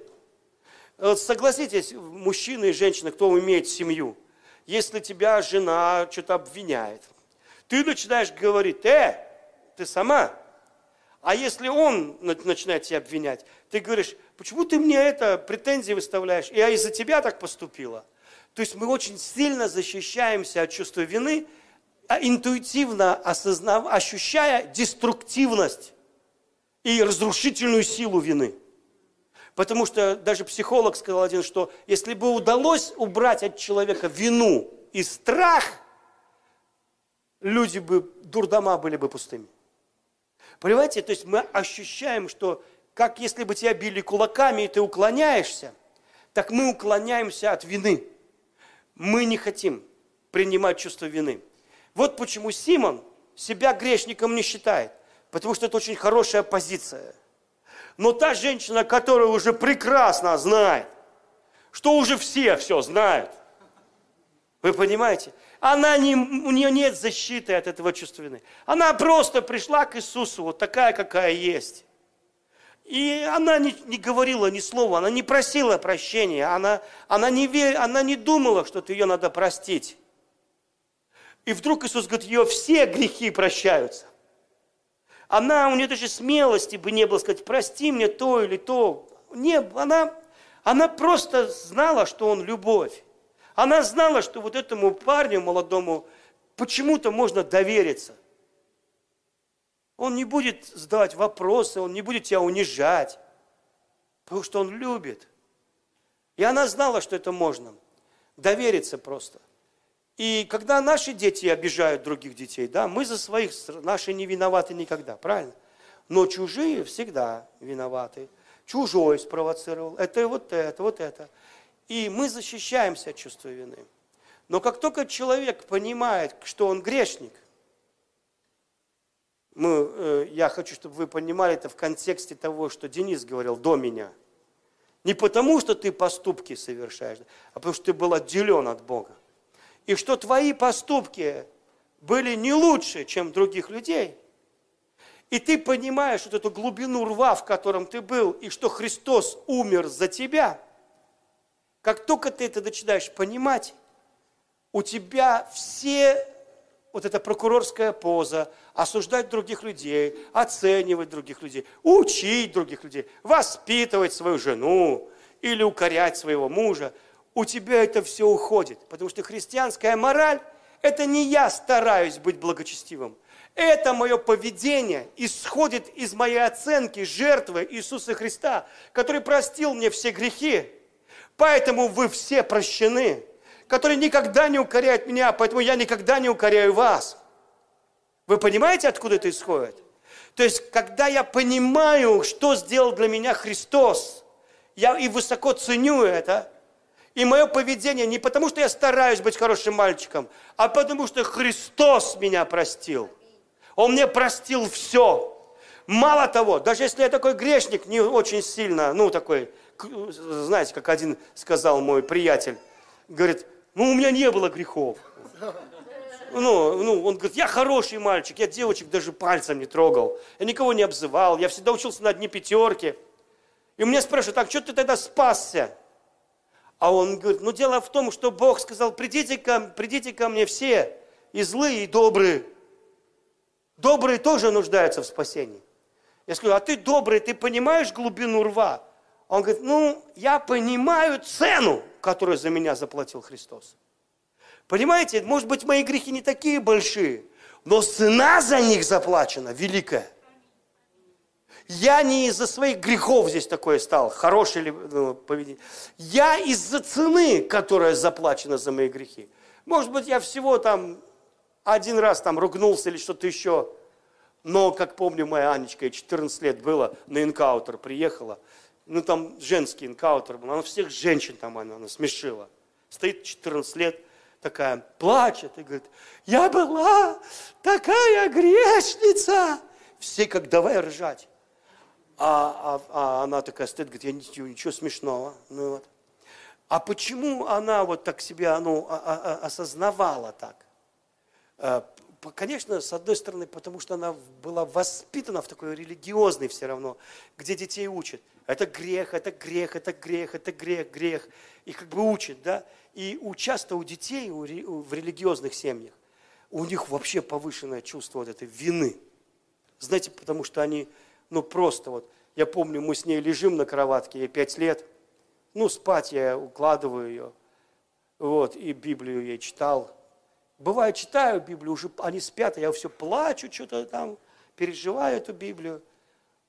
Согласитесь, мужчины и женщины, кто имеет семью, если тебя жена что-то обвиняет, ты начинаешь говорить, э, ты сама. А если он начинает тебя обвинять, ты говоришь, почему ты мне это претензии выставляешь? Я из-за тебя так поступила. То есть мы очень сильно защищаемся от чувства вины, интуитивно осознав, ощущая деструктивность и разрушительную силу вины. Потому что даже психолог сказал один, что если бы удалось убрать от человека вину и страх, люди бы, дурдома были бы пустыми. Понимаете, то есть мы ощущаем, что как если бы тебя били кулаками, и ты уклоняешься, так мы уклоняемся от вины. Мы не хотим принимать чувство вины. Вот почему Симон себя грешником не считает, потому что это очень хорошая позиция. Но та женщина, которая уже прекрасно знает, что уже все все знают, вы понимаете, она не, у нее нет защиты от этого чувства вины. Она просто пришла к Иисусу, вот такая, какая есть. И она не, не говорила ни слова, она не просила прощения, она, она, не, вер, она не думала, что ее надо простить. И вдруг Иисус говорит, ее все грехи прощаются. Она, у нее даже смелости бы не было сказать, прости мне то или то. Не, она, она просто знала, что он любовь. Она знала, что вот этому парню молодому почему-то можно довериться. Он не будет задавать вопросы, он не будет тебя унижать, потому что он любит. И она знала, что это можно. Довериться просто. И когда наши дети обижают других детей, да, мы за своих, наши не виноваты никогда, правильно? Но чужие всегда виноваты. Чужой спровоцировал, это вот это, вот это. И мы защищаемся от чувства вины. Но как только человек понимает, что он грешник, мы, э, я хочу, чтобы вы понимали это в контексте того, что Денис говорил до меня. Не потому, что ты поступки совершаешь, а потому, что ты был отделен от Бога. И что твои поступки были не лучше, чем других людей. И ты понимаешь вот эту глубину рва, в котором ты был, и что Христос умер за тебя. Как только ты это начинаешь понимать, у тебя все, вот эта прокурорская поза, осуждать других людей, оценивать других людей, учить других людей, воспитывать свою жену или укорять своего мужа, у тебя это все уходит. Потому что христианская мораль – это не я стараюсь быть благочестивым. Это мое поведение исходит из моей оценки жертвы Иисуса Христа, который простил мне все грехи. Поэтому вы все прощены, который никогда не укоряет меня, поэтому я никогда не укоряю вас. Вы понимаете, откуда это исходит? То есть, когда я понимаю, что сделал для меня Христос, я и высоко ценю это, и мое поведение не потому, что я стараюсь быть хорошим мальчиком, а потому, что Христос меня простил. Он мне простил все. Мало того, даже если я такой грешник, не очень сильно, ну такой, знаете, как один сказал мой приятель, говорит, ну у меня не было грехов. Ну, ну, он говорит, я хороший мальчик, я девочек даже пальцем не трогал, я никого не обзывал, я всегда учился на одни пятерки. И меня спрашивают, так что ты тогда спасся? А он говорит, ну дело в том, что Бог сказал, придите ко, придите ко мне все, и злые, и добрые. Добрые тоже нуждаются в спасении. Я скажу, а ты добрый, ты понимаешь глубину рва? Он говорит, ну, я понимаю цену, которую за меня заплатил Христос. Понимаете, может быть, мои грехи не такие большие, но цена за них заплачена великая. Я не из-за своих грехов здесь такое стал, хорошее ли ну, поведение. Я из-за цены, которая заплачена за мои грехи. Может быть, я всего там один раз там ругнулся или что-то еще. Но, как помню, моя Анечка, ей четырнадцать лет было, на энкаутер приехала. Ну, там женский энкаутер был, она всех женщин там она, она смешила. Стоит четырнадцать лет, такая, плачет и говорит, я была такая грешница. Все как давай ржать. А, а, а она такая стоит, говорит, я ничего, ничего смешного. Ну, вот. А почему она вот так себя ну, а, а, осознавала так? Конечно, с одной стороны, потому что она была воспитана в такой религиозной все равно, где детей учат. Это грех, это грех, это грех, это грех, грех. И как бы учат, да? И у, часто у детей у, у, в религиозных семьях, у них вообще повышенное чувство вот этой вины. Знаете, потому что они, ну просто вот, я помню, мы с ней лежим на кроватке, ей пять лет, ну спать я укладываю ее, вот, и Библию ей читал. Бывает, читаю Библию, уже они спят, а я все плачу, что-то там, переживаю эту Библию.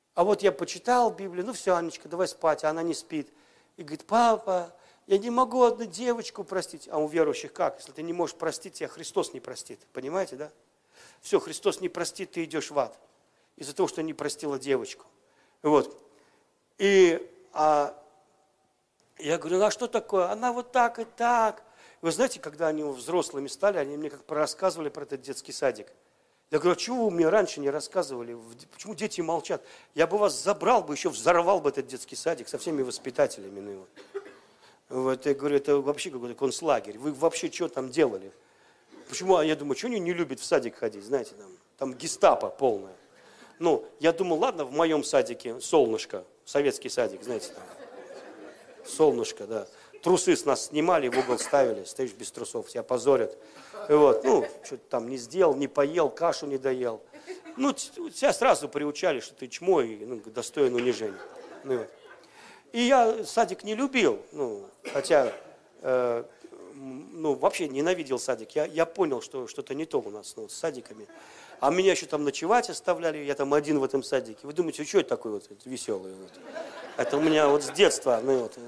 А вот я почитал Библию, ну все, Анечка, давай спать, а она не спит. И говорит, папа, я не могу одну девочку простить. А у верующих как? Если ты не можешь простить, тебя Христос не простит. Понимаете, да? Все, Христос не простит, ты идешь в ад. Из-за того, что не простила девочку. Вот. И а, я говорю, ну а что такое? Она вот так и так. Вы знаете, когда они взрослыми стали, они мне как рассказывали про этот детский садик. Я говорю, а чего вы мне раньше не рассказывали? Почему дети молчат? Я бы вас забрал бы, еще взорвал бы этот детский садик со всеми воспитателями. Ну, вот, я говорю, это вообще какой-то концлагерь. Вы вообще что там делали? Почему? А я думаю, что они не любят в садик ходить, знаете, там, там гестапо полное. Ну, я думал, ладно, в моем садике солнышко, советский садик, знаете, там, солнышко, да. Трусы с нас снимали, в угол ставили, стоишь без трусов, тебя позорят. И вот, ну, что-то там не сделал, не поел, кашу не доел. Ну, тебя сразу приучали, что ты чмо и ну, достоин унижения. Ну, вот. И я садик не любил, ну, хотя, э, ну, вообще ненавидел садик. Я, я понял, что что-то не то у нас ну, с садиками. А меня еще там ночевать оставляли, я там один в этом садике. Вы думаете, что это такой вот веселый? Вот? Это у меня вот с детства, ну, вот,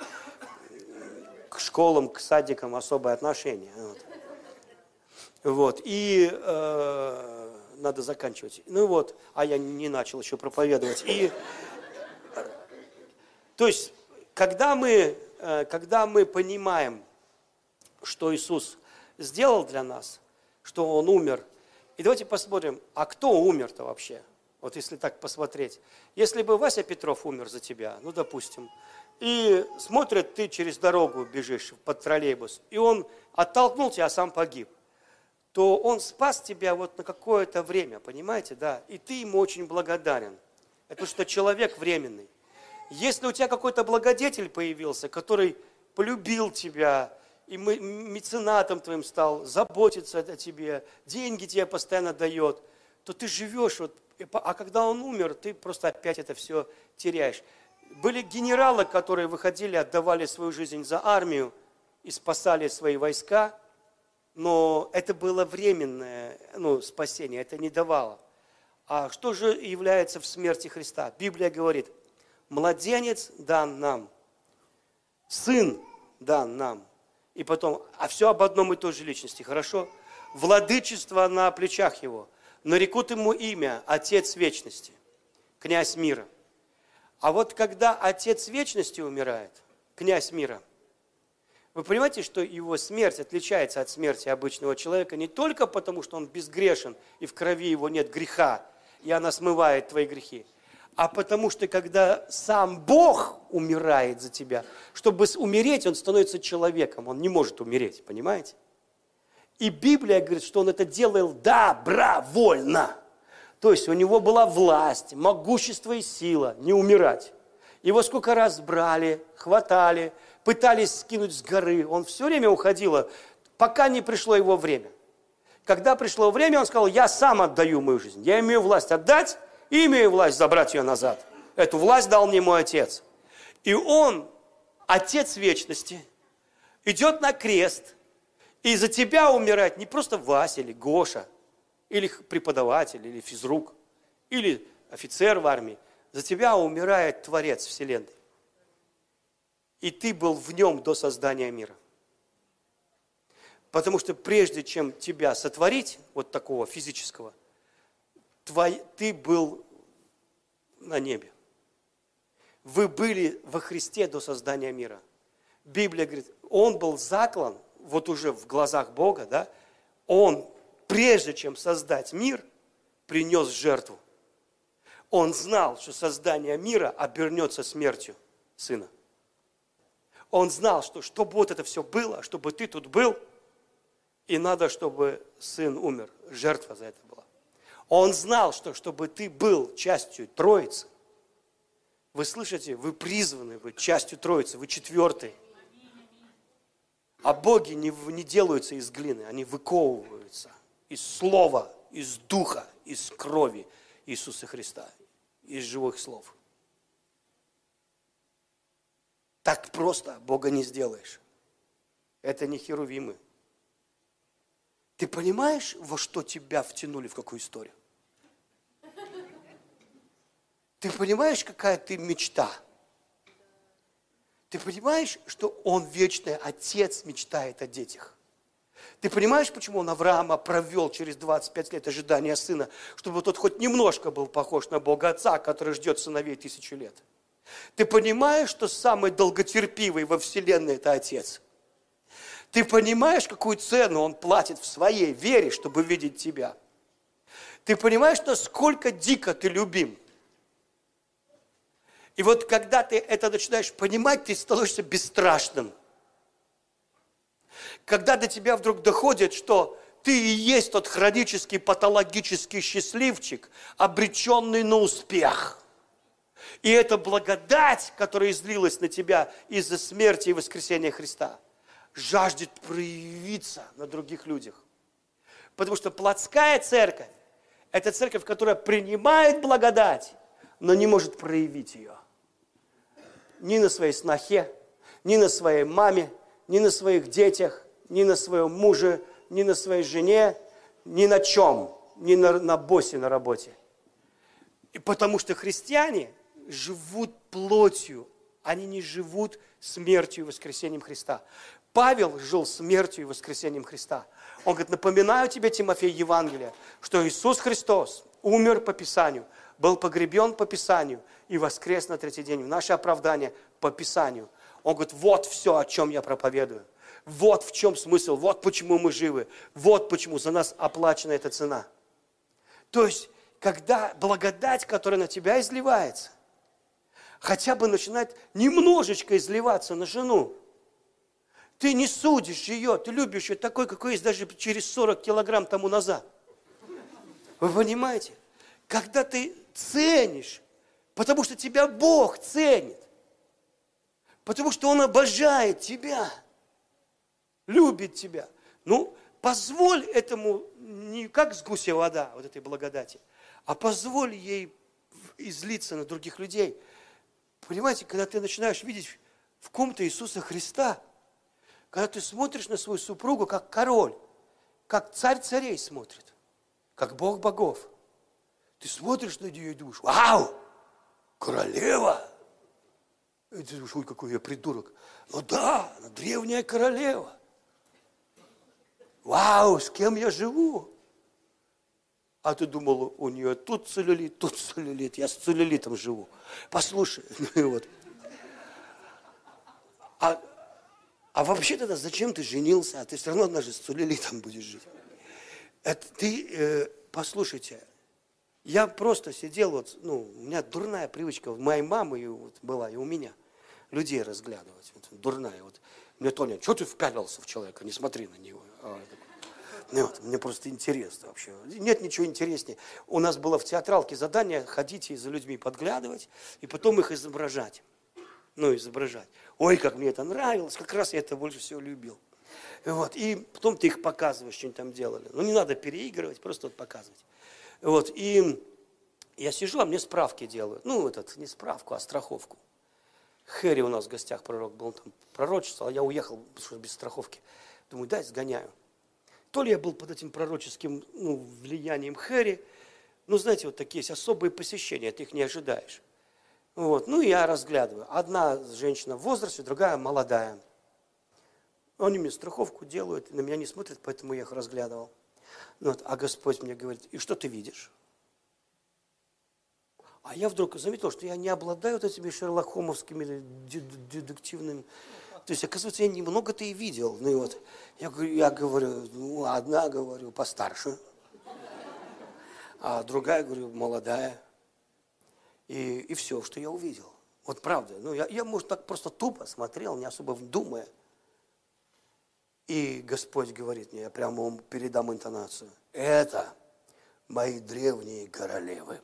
к школам, к садикам особое отношение. Вот, вот. И э, надо заканчивать. Ну вот, а я не начал еще проповедовать. И, то есть, когда мы, э, когда мы понимаем, что Иисус сделал для нас, что Он умер, и давайте посмотрим, а кто умер-то вообще? Вот если так посмотреть. Если бы Вася Петров умер за тебя, ну, допустим, и смотрит, ты через дорогу бежишь под троллейбус, и он оттолкнул тебя, а сам погиб, то он спас тебя вот на какое-то время, понимаете, да? И ты ему очень благодарен. Это что человек временный. Если у тебя какой-то благодетель появился, который полюбил тебя, и меценатом твоим стал, заботиться о тебе, деньги тебе постоянно дает, то ты живешь, вот, а когда он умер, ты просто опять это все теряешь. Были генералы, которые выходили, отдавали свою жизнь за армию и спасали свои войска, но это было временное ну, спасение, это не давало. А что же является в смерти Христа? Библия говорит, младенец дан нам, сын дан нам. И потом, а все об одном и той же личности, хорошо? Владычество на плечах его. Нарекут ему имя Отец Вечности, Князь Мира. А вот когда Отец Вечности умирает, Князь Мира, вы понимаете, что его смерть отличается от смерти обычного человека не только потому, что он безгрешен, и в крови его нет греха, и она смывает твои грехи, а потому что когда сам Бог умирает за тебя, чтобы умереть, он становится человеком, он не может умереть, понимаете? И Библия говорит, что он это делал добровольно. То есть у него была власть, могущество и сила не умирать. Его сколько раз брали, хватали, пытались скинуть с горы. Он все время уходил, пока не пришло его время. Когда пришло время, он сказал, я сам отдаю мою жизнь. Я имею власть отдать и имею власть забрать ее назад. Эту власть дал мне мой Отец. И он, Отец Вечности, идет на крест. И за тебя умирает не просто Вася или Гоша, или преподаватель, или физрук, или офицер в армии. За тебя умирает Творец Вселенной. И ты был в нем до создания мира. Потому что прежде чем тебя сотворить, вот такого физического, твой, ты был на небе. Вы были во Христе до создания мира. Библия говорит, он был заклан, вот уже в глазах Бога, да, он, прежде чем создать мир, принес жертву. Он знал, что создание мира обернется смертью Сына. Он знал, что чтобы вот это все было, чтобы ты тут был, и надо, чтобы Сын умер. Жертва за это была. Он знал, что чтобы ты был частью Троицы, вы слышите, вы призваны быть частью Троицы, вы четвертый. А боги не, не делаются из глины, они выковываются из слова, из духа, из крови Иисуса Христа, из живых слов. Так просто Бога не сделаешь. Это не херувимы. Ты понимаешь, во что тебя втянули, в какую историю? Ты понимаешь, какая ты мечта? Ты понимаешь, что Он вечный Отец мечтает о детях? Ты понимаешь, почему Он Авраама провел через двадцать пять лет ожидания сына, чтобы тот хоть немножко был похож на Бога Отца, который ждет сыновей тысячу лет? Ты понимаешь, что самый долготерпивый во вселенной – это Отец? Ты понимаешь, какую цену Он платит в своей вере, чтобы видеть тебя? Ты понимаешь, насколько дико ты любим? И вот когда ты это начинаешь понимать, ты становишься бесстрашным. Когда до тебя вдруг доходит, что ты и есть тот хронический патологический счастливчик, обреченный на успех. И это благодать, которая излилась на тебя из-за смерти и воскресения Христа, жаждет проявиться на других людях. Потому что плотская церковь – это церковь, которая принимает благодать, но не может проявить ее. Ни на своей снохе, ни на своей маме, ни на своих детях, ни на своем муже, ни на своей жене, ни на чем, ни на, на боссе на работе. И потому что христиане живут плотью, они не живут смертью и воскресением Христа. Павел жил смертью и воскресением Христа. Он говорит, напоминаю тебе, Тимофей, Евангелие, что Иисус Христос умер по Писанию, был погребен по Писанию и воскрес на третий день. В наше оправдание по Писанию. Он говорит, вот все, о чем я проповедую. Вот в чем смысл, вот почему мы живы, вот почему за нас оплачена эта цена. То есть, когда благодать, которая на тебя изливается, хотя бы начинает немножечко изливаться на жену, ты не судишь ее, ты любишь ее такой, какой есть даже через сорок килограмм тому назад. Вы понимаете? Когда ты ценишь, потому что тебя Бог ценит, потому что Он обожает тебя, любит тебя. Ну, позволь этому, не как с гуся вода, вот этой благодати, а позволь ей излиться на других людей. Понимаете, когда ты начинаешь видеть в ком-то Иисуса Христа, когда ты смотришь на свою супругу как король, как царь царей смотрит, как Бог богов, ты смотришь на нее и думаешь, вау, королева. И ты думаешь, ой, какой я придурок. Ну да, она древняя королева. Вау, с кем я живу? А ты думал, у нее тут целлюлит, тут целлюлит, я с целлюлитом живу. Послушай, ну вот. А, а вообще тогда зачем ты женился? А ты все равно однажды с целлюлитом будешь жить. Это ты, э, послушайте, я просто сидел, вот, ну, у меня дурная привычка, у моей мамы вот, была, и у меня, людей разглядывать, вот, дурная. Вот. Мне Тоня, что ты впялился в человека, не смотри на него. А, ну, вот, мне просто интересно вообще. Нет ничего интереснее. У нас было в театралке задание ходить и за людьми подглядывать, и потом их изображать. Ну, изображать. Ой, как мне это нравилось, как раз я это больше всего любил. Вот, и потом ты их показываешь, что они там делали. Ну, не надо переигрывать, просто вот показывать. Вот, и я сижу, а мне справки делают. Ну, этот, не справку, а страховку. Хэри у нас в гостях пророк был, он там пророчествовал, а я уехал, потому что без страховки. Думаю, дай сгоняю. То ли я был под этим пророческим, ну, влиянием Хэри, ну, знаете, вот такие есть особые посещения, ты их не ожидаешь. Вот, ну, я разглядываю. Одна женщина в возрасте, другая молодая. Они мне страховку делают, на меня не смотрят, поэтому я их разглядывал. Вот, а Господь мне говорит, и что ты видишь? А я вдруг заметил, что я не обладаю вот этими шерлок-холмовскими дедуктивными. То есть, оказывается, я немного-то и видел. Ну и вот, я, я говорю, ну, одна, говорю, постарше, а другая, говорю, молодая. И, и все, что я увидел. Вот правда. Ну, я, я, может, так просто тупо смотрел, не особо думая. И Господь говорит мне, я прямо вам передам интонацию. Это мои древние королевы.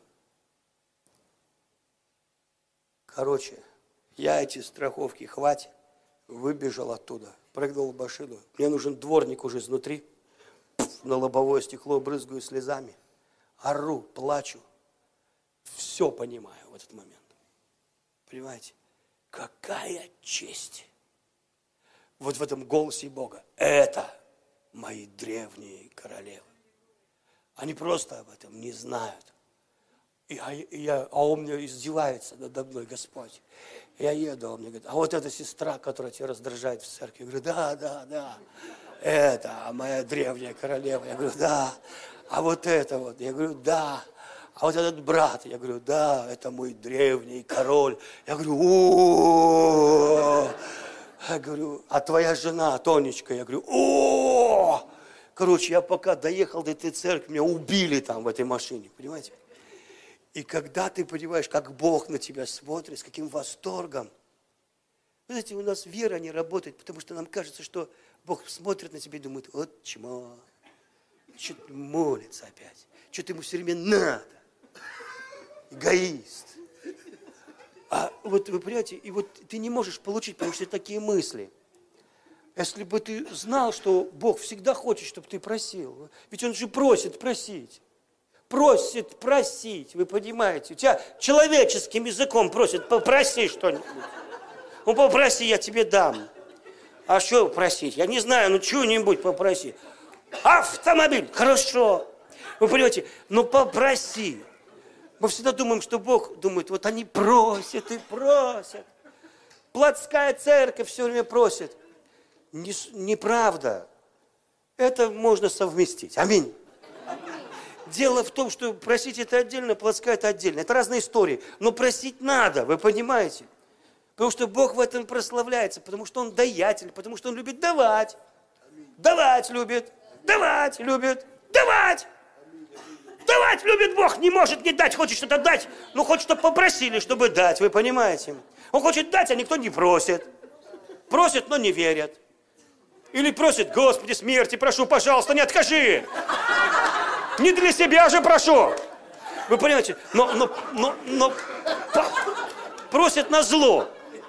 Короче, я эти страховки хватит, выбежал оттуда, прыгнул в машину. Мне нужен дворник уже изнутри. Пфф, на лобовое стекло брызгаю слезами. Ору, плачу. Все понимаю в этот момент. Понимаете? Какая честь. Вот в этом голосе Бога. Это мои древние королевы. Они просто об этом не знают. И, а, и я, а он мне издевается надо мной, Господь. Я еду, а он мне говорит, а вот эта сестра, которая тебя раздражает в церкви. Я говорю, да, да, да. Это моя древняя королева. Я говорю, да. А вот это вот. Я говорю, да. А вот этот брат. Я говорю, да, это мой древний король. Я говорю, о. Я говорю, а твоя жена, Тонечка? Я говорю, о. Короче, я пока доехал до этой церкви, меня убили там в этой машине, понимаете? И когда ты понимаешь, как Бог на тебя смотрит, с каким восторгом. Вы знаете, у нас вера не работает, потому что нам кажется, что Бог смотрит на тебя и думает, вот чмо, что-то молится опять, что-то ему все время надо, эгоист. А вот вы понимаете, и вот ты не можешь получить, потому что такие мысли. Если бы ты знал, что Бог всегда хочет, чтобы ты просил, ведь Он же просит просить. Просит просить, вы понимаете? У тебя человеческим языком просит, попроси что-нибудь. Ну, попроси, я тебе дам. А что просить? Я не знаю, ну, что-нибудь попроси. Автомобиль, хорошо. Вы понимаете, ну, попроси. Мы всегда думаем, что Бог думает, вот они просят и просят. Плотская церковь все время просит. Не, неправда. Это можно совместить. Аминь. Дело в том, что просить это отдельно, плотская это отдельно. Это разные истории. Но просить надо, вы понимаете? Потому что Бог в этом прославляется, потому что Он даятель, потому что Он любит давать. Давать любит, давать любит, давать. Давать любит Бог, не может не дать, хочет что-то дать, но хочет, чтобы попросили, чтобы дать, вы понимаете? Он хочет дать, а никто не просит. Просит, но не верят. Или просит, Господи, смерти прошу, пожалуйста, не откажи. Не для себя же прошу. Вы понимаете? Но, но, но, но по, просит на зло.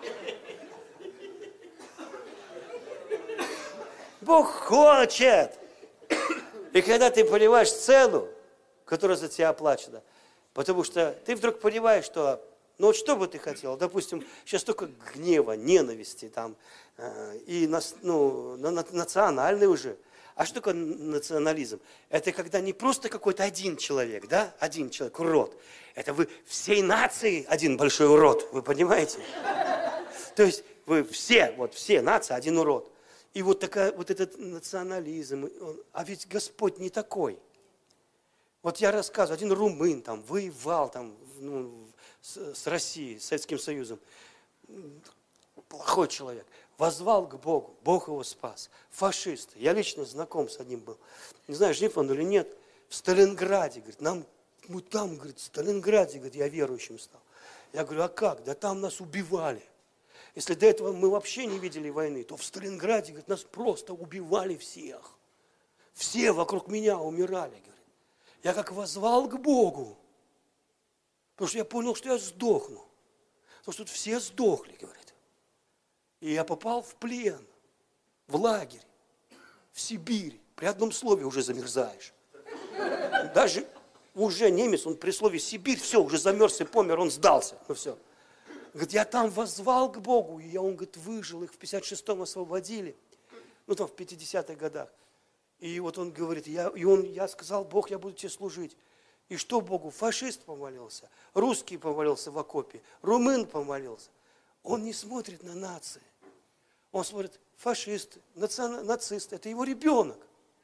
Бог хочет. И когда ты понимаешь цену, которая за тебя оплачена, потому что ты вдруг понимаешь, что, ну вот что бы ты хотел, допустим, сейчас только гнева, ненависти там, э, и нас, ну, на, на, национальный уже. А что такое национализм? Это когда не просто какой-то один человек, да, один человек, урод. Это вы всей нации один большой урод, вы понимаете? То есть вы все, вот все нации один урод. И вот, такая, вот этот национализм, он, а ведь Господь не такой. Вот я рассказываю, один румын там воевал там, ну, с, с Россией, с Советским Союзом. Плохой человек. Воззвал к Богу, Бог его спас. Фашисты. Я лично знаком с одним был. Не знаю, жив он или нет. В Сталинграде, говорит, нам, мы там, говорит, в Сталинграде, говорит, я верующим стал. Я говорю, а как? Да там нас убивали. Если до этого мы вообще не видели войны, то в Сталинграде, говорит, нас просто убивали всех. Все вокруг меня умирали, говорит. Я как воззвал к Богу, потому что я понял, что я сдохну. Потому что тут все сдохли, говорит. И я попал в плен, в лагерь, в Сибирь. При одном слове уже замерзаешь. Даже уже немец, он при слове Сибирь, все, уже замерз и помер, он сдался. Ну все. Говорит, я там воззвал к Богу, и я, он, говорит, выжил, их в пятьдесят шестом освободили, ну там в пятидесятых годах. И вот он говорит, я, и он, я сказал, Бог, я буду тебе служить. И что Богу? Фашист помолился, русский помолился в окопе, румын помолился. Он не смотрит на нации. Он смотрит, фашисты, наци... нацисты, это его ребенок.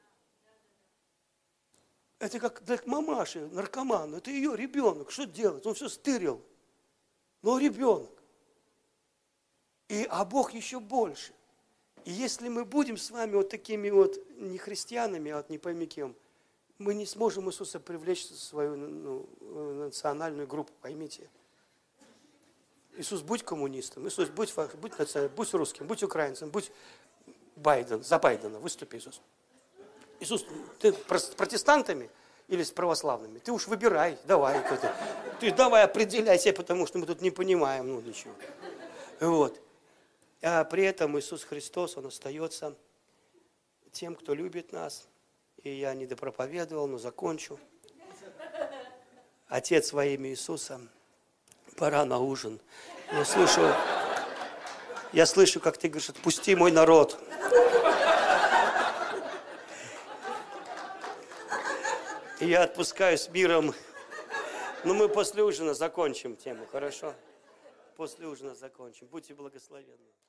Это как для мамаши, наркоман, это ее ребенок. Что делать? Он все стырил. Но ребенок. И, а Бог еще больше. И если мы будем с вами вот такими вот не христианами, а вот не пойми кем, мы не сможем Иисуса привлечь в свою, ну, национальную группу, поймите. Иисус, будь коммунистом, Иисус, будь, будь националистом, будь русским, будь украинцем, будь Байден, за Байдена, выступи, Иисус. Иисус, ты с протестантами или с православными? Ты уж выбирай, давай. Ты давай определяйся, потому что мы тут не понимаем, ну, ничего. Вот. А при этом Иисус Христос, Он остается тем, кто любит нас. И я не допроповедовал, но закончу. Отец во имя Иисуса, пора на ужин. Я слышу, я слышу, как ты говоришь, отпусти мой народ. И я отпускаю с миром Но мы после ужина закончим тему, хорошо? После ужина закончим. Будьте благословенны.